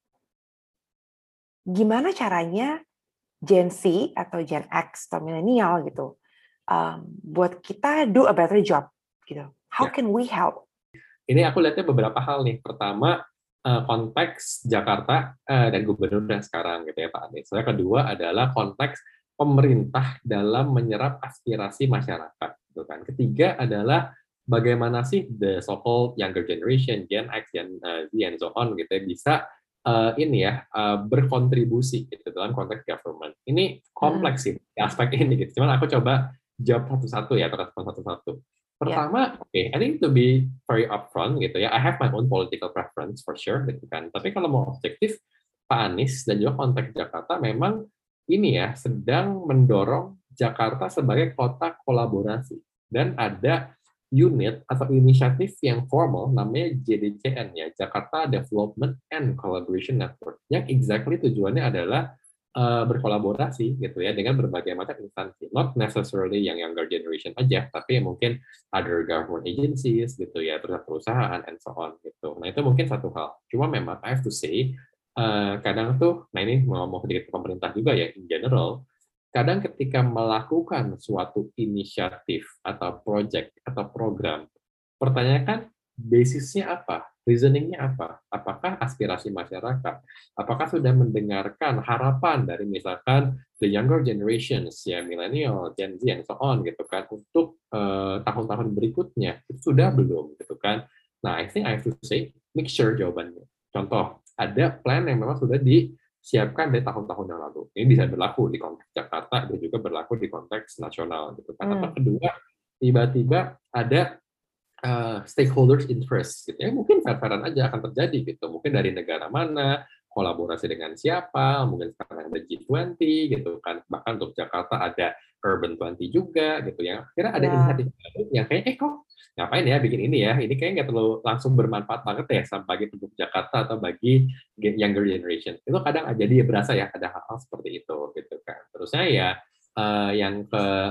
gimana caranya Gen Z atau Gen X atau milenial gitu, um, buat kita do a better job gitu. How Ya. can we help? Ini aku lihatnya beberapa hal nih. Pertama, eh, konteks Jakarta eh, dan gubernur yang sekarang gitu ya Pak Anies. Yang kedua adalah konteks pemerintah dalam menyerap aspirasi masyarakat. Gitu kan. Ketiga adalah bagaimana sih the so-called younger generation, Gen X, Gen uh, Z, and so on gitu ya, bisa uh, ini ya uh, berkontribusi gitu dalam konteks government. Ini kompleks sih aspek ini gitu. Cuman aku coba jawab satu-satu ya, atau respon satu-satu. Pertama, oke, okay, I think to be very upfront gitu ya, I have my own political preference for sure gitu kan. Tapi kalau mau objektif, Pak Anies dan juga konteks Jakarta memang ini ya sedang mendorong Jakarta sebagai kota kolaborasi, dan ada unit atau inisiatif yang formal namanya J D C N ya, Jakarta Development and Collaboration Network, yang exactly tujuannya adalah uh, berkolaborasi gitu ya dengan berbagai macam instansi, not necessarily yang younger generation aja, tapi mungkin other government agencies gitu ya, perusahaan and so on gitu. Nah itu mungkin satu hal. Cuma memang I have to say uh, kadang tuh, nah ini mau ngomong sedikit ke pemerintah juga ya in general, kadang ketika melakukan suatu inisiatif atau project atau program, pertanyaannya kan basisnya apa, reasoningnya apa, apakah aspirasi masyarakat, apakah sudah mendengarkan harapan dari misalkan the younger generations ya, millennial, Gen Z, and so on gitu kan, untuk uh, tahun-tahun berikutnya itu sudah belum gitu kan. Nah, I think I have to say make sure jawabannya. Contoh, ada plan yang memang sudah disiapkan dari tahun-tahun yang lalu. Ini bisa berlaku di konteks Jakarta dan juga berlaku di konteks nasional gitu kan. Atau kedua, tiba-tiba ada Uh, stakeholders interest gitu ya, mungkin fair-fairan aja akan terjadi gitu, mungkin dari negara mana, kolaborasi dengan siapa, mungkin sekarang ada G dua puluh gitu kan, bahkan untuk Jakarta ada Urban dua puluh juga gitu ya, kira ada Yeah. inisiatif baru yang kayak eh kok ngapain ya bikin ini ya, ini kayaknya nggak terlalu langsung bermanfaat banget ya bagi penduduk Jakarta atau bagi younger generation. Itu kadang jadi berasa ya ada hal-hal seperti itu gitu kan. Terusnya ya uh, yang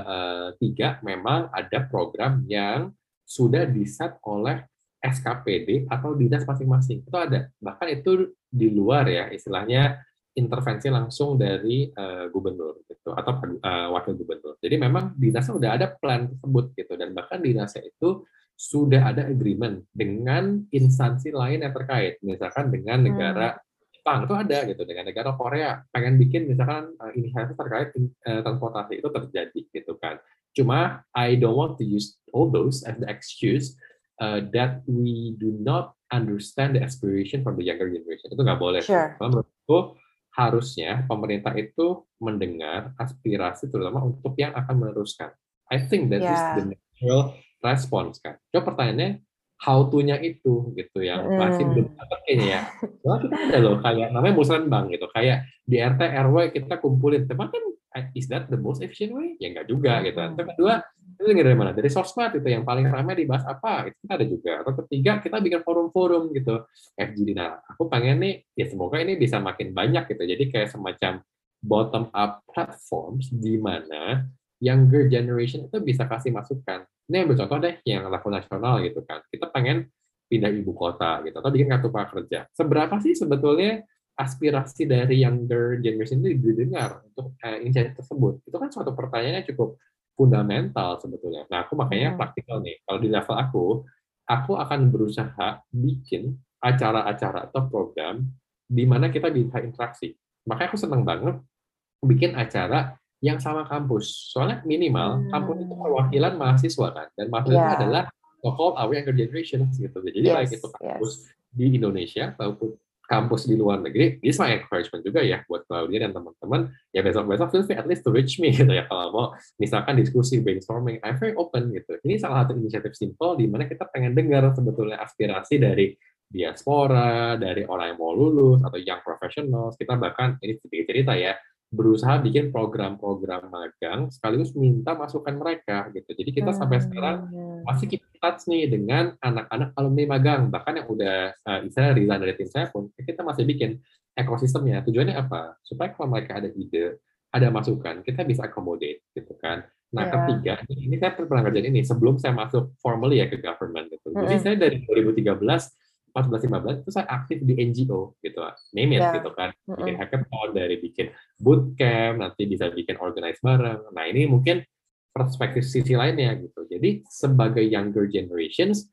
ketiga, memang ada program yang sudah diset oleh S K P D atau dinas masing-masing. Itu ada. Bahkan itu di luar ya, istilahnya intervensi langsung dari uh, gubernur gitu atau uh, wakil gubernur. Jadi memang dinasnya udah ada plan tersebut gitu, dan bahkan dinasnya itu sudah ada agreement dengan instansi lain yang terkait. Misalkan dengan negara Jepang itu ada gitu, dengan negara Korea pengen bikin misalkan uh, inisiatif terkait uh, transportasi, itu terjadi gitu kan. Cuma I don't want to use all those as the excuse uh, that we do not understand the aspiration from the younger generation. Itu nggak boleh. Sure. Karena menurutku harusnya pemerintah itu mendengar aspirasi terutama untuk yang akan meneruskan. I think that yeah. is the natural response kan. Coba pertanyaannya, how to-nya itu gitu yang masih belum Mm. dapat kayaknya ya. Soalnya kita ada loh kayak namanya musrenbang gitu, kayak di R T R W kita kumpulin, tapi kan is that the most efficient way? Ya enggak juga gitu. Yang Mm. kedua, itu dari mana? Dari sosmed itu yang paling ramai dibahas apa? Itu kita ada juga. Atau ketiga, kita bikin forum-forum gitu. F G D. Nah, aku pengen nih, ya semoga ini bisa makin banyak gitu. Jadi kayak semacam bottom up platforms di mana younger generation itu bisa kasih masukan. Ini ambil contoh deh yang level nasional gitu kan. Kita pengen pindah ibu kota gitu atau bikin kartu prakerja. Seberapa sih sebetulnya aspirasi dari younger generation itu didengar untuk uh, inisiatif tersebut? Itu kan suatu pertanyaannya cukup fundamental sebetulnya. Nah, aku makanya Mm. praktikal nih. Kalau di level aku, aku akan berusaha bikin acara-acara atau program di mana kita bisa interaksi. Makanya aku senang banget bikin acara yang sama kampus. Soalnya minimal kampus itu Mm. perwakilan mahasiswa kan, dan mahasiswa itu Yeah. adalah so-called our younger generation gitu. Jadi baik itu Yes. kampus Yes. di Indonesia maupun kampus di luar negeri, this my encouragement juga ya buat Claudia dan teman-teman. Ya besok-besok feel free at least to reach me gitu ya kalau mau misalkan diskusi brainstorming, I'm very open gitu. Ini salah satu inisiatif simple di mana kita pengen dengar sebetulnya aspirasi dari diaspora, dari orang yang mau lulus atau young professionals. Kita bahkan ini sedikit cerita ya, berusaha bikin program-program magang sekaligus minta masukan mereka gitu. Jadi kita sampai sekarang Mm. masih keep touch nih dengan anak-anak alumni magang, bahkan yang udah uh, misalnya resign dari tim saya pun kita masih bikin ekosistemnya. Tujuannya apa? Supaya kalau mereka ada ide, ada masukan, kita bisa accommodate gitu kan. Nah, Yeah. ketiga, ini saya pernah kerjain ini sebelum saya masuk formally ya ke government gitu. Jadi Mm. saya dari dua ribu tiga belas empat belas lima belas itu saya aktif di N G O gitu, name it Yeah. gitu kan. Bikin Mm. hackathon, dari bikin bootcamp, nanti bisa bikin organize bareng. Nah, ini mungkin perspektif sisi lainnya gitu. Jadi sebagai younger generations,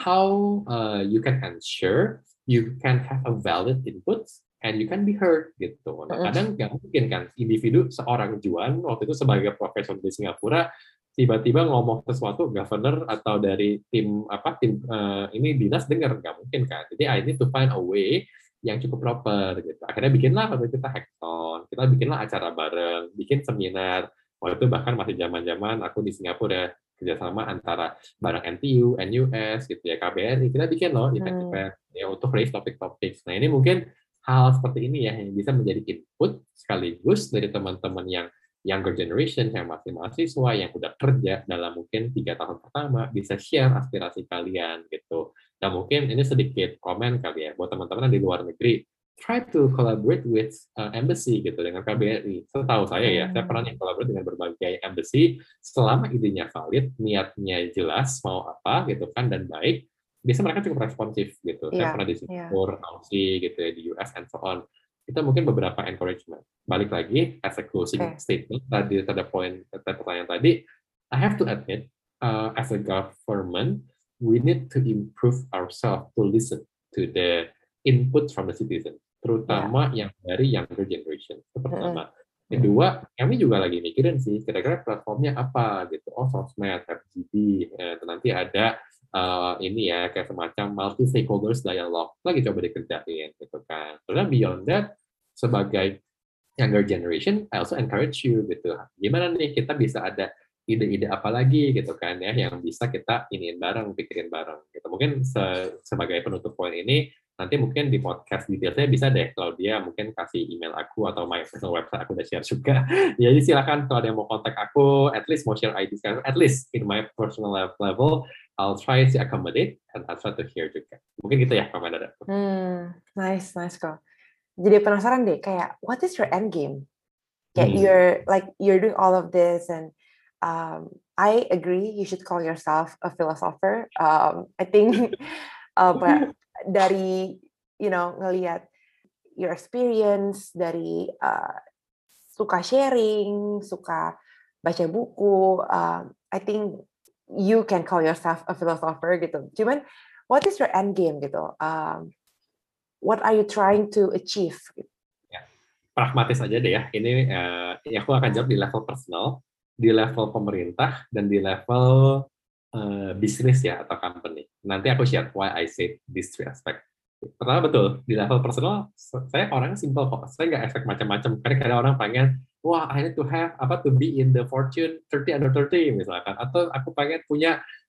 how uh, you can ensure you can have a valid input and you can be heard gitu. Nah, Mm. kadang nggak mungkin kan individu seorang Juan waktu itu sebagai profesor di Singapura tiba-tiba ngomong sesuatu governor atau dari tim apa tim uh, ini dinas dengar, nggak mungkin kan. Jadi I need to find a way yang cukup proper gitu. Akhirnya bikinlah waktu kita hackathon, kita bikinlah acara bareng, bikin seminar. Waktu itu bahkan masih zaman-zaman aku di Singapura kerjasama antara bareng N T U, N U S gitu ya, K B R I, kita bikin loh event-event ya untuk raise topik-topik. Nah ini mungkin hal seperti ini ya yang bisa menjadi input sekaligus dari teman-teman yang younger generation yang masih mahasiswa yang udah kerja dalam mungkin tiga tahun pertama bisa share aspirasi kalian gitu. Dan mungkin ini sedikit komen kali ya buat teman-teman di luar negeri, try to collaborate with uh, embassy gitu dengan K B R I. Setahu saya ya, saya pernah nih collaborate dengan berbagai embassy selama idenya valid, niatnya jelas mau apa gitu kan dan baik. Biasanya mereka cukup responsif gitu. Saya Yeah. pernah di Yeah. Singapura, Aussie gitu ya, di U S and so on. Kita mungkin beberapa encouragement. Balik lagi as a closing Okay. statement tadi pada poin pertanyaan tadi, I have to admit uh, as a government we need to improve ourselves to listen to the input from the citizen, terutama yeah. yang dari younger generation. Itu pertama. Mm. Kedua, kami juga lagi mikirin sih, kira-kira platformnya apa gitu. Oh, sosmed, F G D, eh, nanti ada uh, ini ya kayak semacam multi stakeholders dialogue lagi coba dikerjain gitu kan. Karena beyond that, sebagai younger generation, I also encourage you gitu. Gimana nih kita bisa ada ide-ide apa lagi gitu kan ya yang bisa kita iniin bareng, pikirin bareng gitu. Mungkin se sebagai penutup poin ini nanti mungkin di podcast detailnya bisa deh kalau dia mungkin kasih email aku atau my personal website aku udah share juga. Jadi silakan kalau ada yang mau kontak aku, at least mau share I D sekarang, at least in my personal level, I'll try to accommodate and I'll try to hear juga. Mungkin gitu ya, Komanda. Hmm, nice, nice kok. Jadi penasaran deh, kayak what is your end game? Kayak Hmm. you're like you're doing all of this, and um, I agree you should call yourself a philosopher. Um, I think, uh, but dari you know ngelihat your experience, dari uh, suka sharing, suka baca buku, um, I think you can call yourself a philosopher gitu. Cuman what is your end game gitu? Um, what are you trying to achieve? Ya, pragmatis aja deh ya. Ini uh, ya aku akan jawab di level personal, di level pemerintah, dan di level uh, bisnis ya atau company. Nanti aku share why I say these three aspect. Pertama betul, di level personal, saya orangnya simple kok. Saya nggak expect macam-macam. Karena kadang orang pengen, wah, I need to have, apa, to be in the fortune thirty under thirty misalkan. Atau aku pengen punya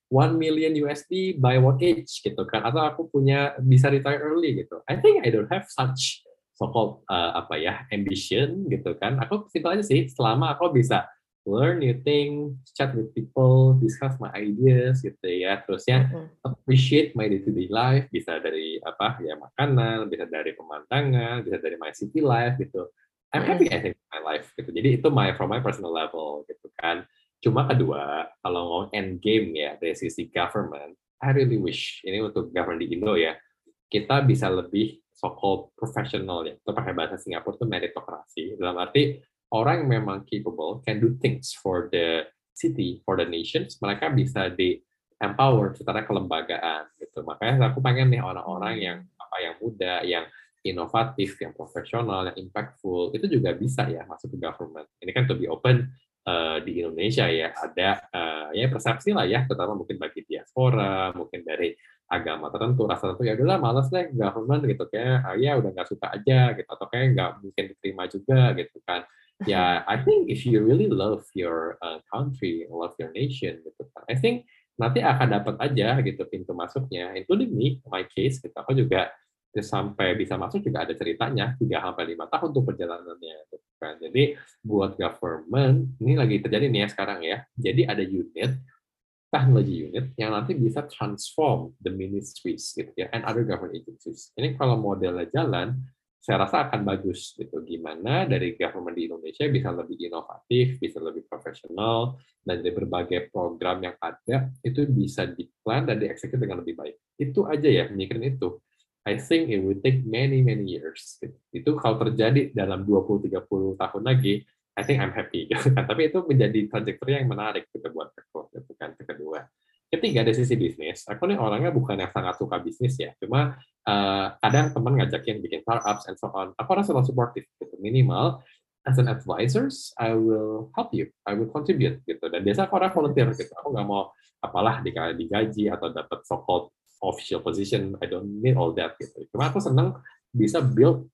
one million U S D by what age gitu kan, atau aku punya bisa retire early gitu. I think I don't have such so-called uh, apa ya ambition gitu kan. Aku simpel aja sih, selama aku bisa learn new thing, chat with people, discuss my ideas gitu ya, terusnya Mm-mm. appreciate my day-to-day life, bisa dari apa ya makanan, bisa dari pemandangan, bisa dari my city life gitu. I'm happy Mm-mm. I think with my life gitu. Jadi itu my from my personal level gitu kan. Cuma kedua, kalau mau end game ya dari sisi government, I really wish ini untuk government di Indo ya, kita bisa lebih so-called professional ya. Itu pakai bahasa Singapura itu meritokrasi. Dalam arti orang yang memang capable can do things for the city, for the nations, mereka bisa di empower secara kelembagaan gitu. Makanya aku pengen nih orang-orang yang Hmm. apa yang muda, yang inovatif, yang profesional, yang impactful itu juga bisa ya masuk ke government. Ini kan to be open uh, di Indonesia ya ada uh, ya persepsi lah ya, terutama mungkin bagi diaspora, mungkin dari agama tertentu, rasa tertentu, ya udahlah males deh government gitu, kayak ah, ya udah nggak suka aja gitu, atau kayak nggak mungkin diterima juga gitu kan. Ya, I think if you really love your uh, country, love your nation gitu kan, I think nanti akan dapat aja gitu pintu masuknya, including me, my case gitu, aku juga sampai bisa masuk juga ada ceritanya tiga sampai lima tahun tuh perjalanannya gitu kan. Jadi buat government ini lagi terjadi nih ya sekarang ya. Jadi ada unit technology unit yang nanti bisa transform the ministries gitu ya and other government agencies. Ini kalau modelnya jalan, saya rasa akan bagus gitu. Gimana dari government di Indonesia bisa lebih inovatif, bisa lebih profesional, dan dari berbagai program yang ada itu bisa diplan dan dieksekusi dengan lebih baik. Itu aja ya, mikirin itu. I think it will take many many years. Gitu. Itu kalau terjadi dalam dua puluh sampai tiga puluh tahun lagi, I think I'm happy. Gitu kan. Tapi itu menjadi trajectory yang menarik gitu buat aku. Gitu kan. Itu kedua. Ketiga dari sisi bisnis, aku nih orangnya bukan yang sangat suka bisnis ya. Cuma uh, kadang teman ngajakin bikin startups and so on. Aku rasa supportive gitu. Minimal as an advisors, I will help you, I will contribute gitu. Dan biasa aku orang volunteer gitu. Aku nggak mau apalah digaji atau dapat so-called official position. I don't need all that gitu. Cuma aku senang bisa build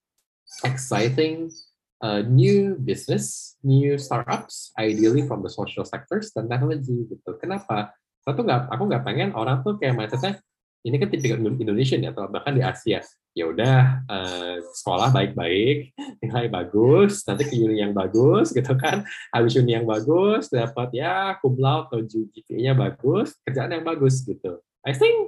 exciting uh, new business, new startups, ideally from the social sectors dan technology gitu. Kenapa? Satu nggak, aku nggak pengen orang tuh kayak mindsetnya ini kan tipikal Indonesian ya, atau bahkan di Asia. Ya udah uh, sekolah baik-baik, nilai bagus, nanti ke uni yang bagus gitu kan, habis uni yang bagus, dapat ya cum laude atau G P A-nya bagus, kerjaan yang bagus gitu. I think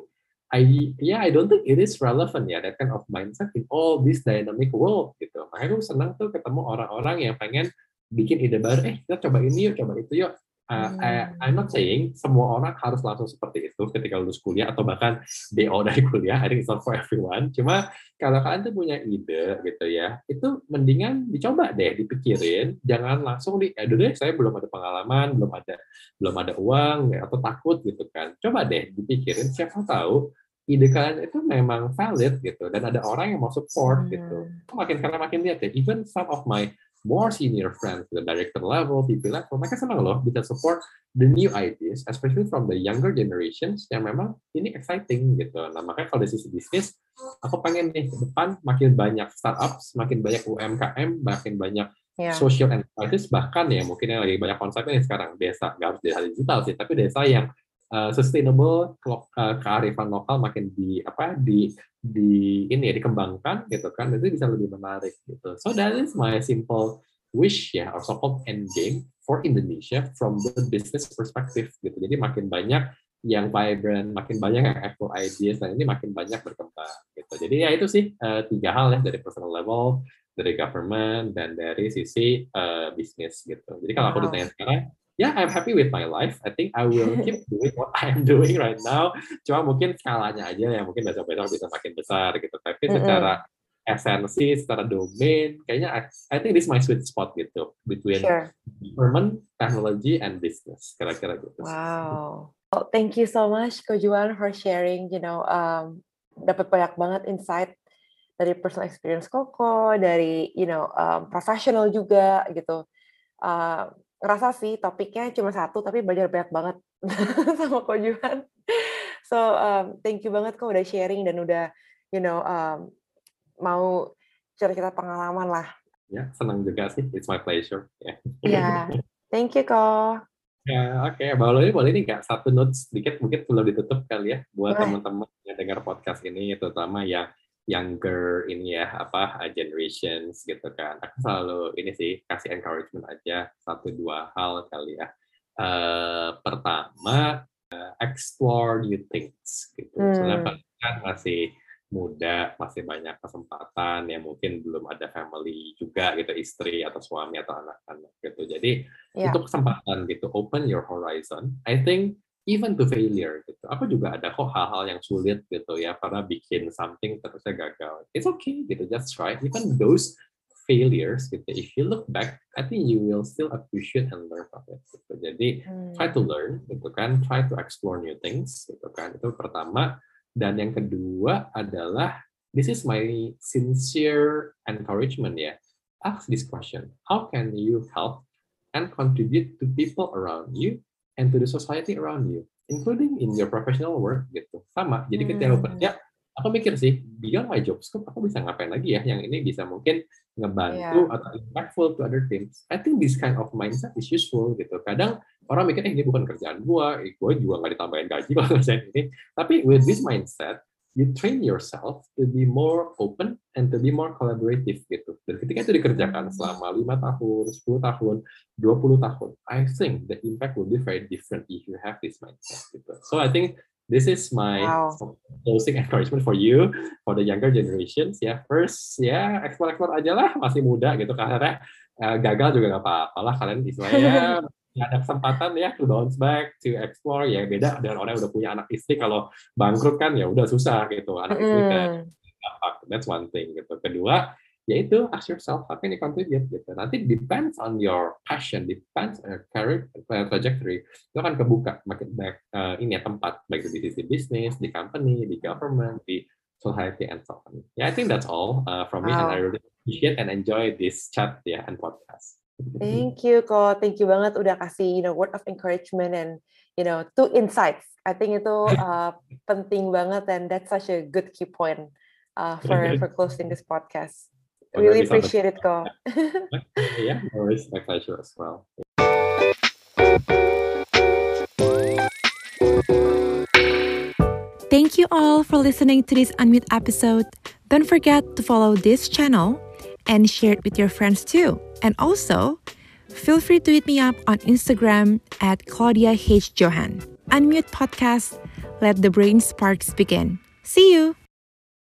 I yeah I don't think it is relevant ya that kind of mindset in all this dynamic world gitu. Makanya aku senang tuh ketemu orang-orang yang pengen bikin ide baru. Eh kita coba ini yuk, coba itu yuk. Uh, I, I'm not saying semua orang harus langsung seperti itu ketika lulus kuliah atau bahkan D O dari kuliah. I think it's not for everyone. Cuma kalau kalian tuh punya ide gitu ya, itu mendingan dicoba deh, dipikirin. Jangan langsung di, aduh deh saya belum ada pengalaman, belum ada belum ada uang atau takut gitu kan. Coba deh dipikirin, siapa tahu ide kalian itu memang valid gitu dan ada orang yang mau support gitu. Hmm. Makin karena makin lihat ya, even some of my more senior friends, the director level, V P level, mereka senang loh bisa support the new ideas, especially from the younger generations yang memang ini exciting gitu. Nah makanya kalau dari sisi bisnis, aku pengen nih ke depan makin banyak startups, makin banyak U M K M, makin banyak Yeah. social enterprises, bahkan ya mungkin yang lagi banyak konsepnya nih sekarang desa, nggak harus desa digital sih, tapi desa yang uh, sustainable, uh, kearifan lokal makin di apa di di ini ya dikembangkan gitu kan, itu bisa lebih menarik gitu. So that is my simple wish ya, or so-called end game for Indonesia from the business perspective gitu. Jadi makin banyak yang vibrant, makin banyak yang actual ideas, dan ini makin banyak berkembang gitu. Jadi ya itu sih uh, tiga hal ya, dari personal level, dari government, dan dari sisi uh, bisnis gitu. Jadi kalau aku Wow. ditanya sekarang, ya yeah, I'm happy with my life. I think I will keep doing what I am doing right now. Cuma mungkin skalanya aja yang mungkin besok-besok bisa makin besar gitu. Tapi Mm-mm. secara esensi, secara domain, kayaknya I, I think this is my sweet spot gitu between Sure. government, technology, and business. Kira-kira gitu. Wow. Oh, thank you so much, Ko Juan, for sharing. You know, um, dapat banyak banget insight dari personal experience Koko, dari you know um, professional juga gitu. Uh, ngerasa sih topiknya cuma satu, tapi belajar banyak banget sama Ko Juan. So um, thank you banget Ko udah sharing dan udah you know um, mau cerita pengalaman lah. Ya, senang juga sih. It's my pleasure. Ya. Iya, yeah. Thank you Ko. Ya, oke, okay. Boleh boleh nih Kak, satu notes sedikit mungkin belum ditutup kali ya buat Boleh. teman-teman yang dengar podcast ini, terutama yang younger ini ya, apa generations gitu kan. Aku selalu ini sih kasih encouragement aja satu dua hal kali ya. Uh, pertama, uh, explore new things gitu. Soalnya Hmm. kan masih muda, masih banyak kesempatan, ya mungkin belum ada family juga gitu, istri atau suami atau anak-anak gitu. Jadi Ya. itu kesempatan gitu, open your horizon. I think even to failure gitu. Aku juga ada kok hal-hal yang sulit gitu ya, pernah bikin something terusnya gagal. It's okay gitu, just try. Even those failures gitu, if you look back, I think you will still appreciate and learn from it. Gitu. Jadi Hmm. try to learn gitu kan, try to explore new things gitu kan. Itu pertama. Dan yang kedua adalah, this is my sincere encouragement ya. Ask this question, how can you help and contribute to people around you and to the society around you, including in your professional work gitu. Sama, jadi ketika aku kerja, aku mikir sih, beyond my job scope, aku bisa ngapain lagi ya, yang ini bisa mungkin ngebantu Yeah. atau impactful to other teams. I think this kind of mindset is useful gitu. Kadang orang mikir, eh ini bukan kerjaan gua, eh, gua juga nggak ditambahin gaji kalau kerjaan ini. Tapi with this mindset, you train yourself to be more open and to be more collaborative gitu. Dan ketika itu dikerjakan selama lima tahun, sepuluh tahun, dua puluh tahun, I think the impact will be very different if you have this mindset gitu. So I think this is my Wow. closing encouragement for you, for the younger generations. Ya, yeah, first ya yeah, explore-explore aja lah, masih muda gitu. Karena uh, gagal juga nggak apa-apa lah, kalian istilahnya ada kesempatan ya to bounce back, to explore. Ya beda dengan orang yang udah punya anak istri, kalau bangkrut kan ya udah susah gitu. Anak istri kayak that's one thing gitu. Kedua, yaitu ask yourself how can you contribute gitu. Nanti depends on your passion, depends on your career trajectory. Itu akan kebuka makin banyak uh, ini ya tempat, baik di sisi bisnis, di company, di government, di society and so on. Yeah, I think that's all uh, from me, and I really appreciate and enjoy this chat ya, and podcast. Thank you, Ko. Thank you banget udah kasih, you know, word of encouragement and, you know, two insights. I think itu uh, penting banget, and that's such a good key point uh, for for closing this podcast. Really appreciate it, Ko. Yeah, no worries. My pleasure as well. Thank you all for listening to this Unmute episode. Don't forget to follow this channel and share it with your friends too. And also, feel free to hit me up on Instagram at Claudia H. Johan. Unmute Podcast, let the brain sparks begin. See you!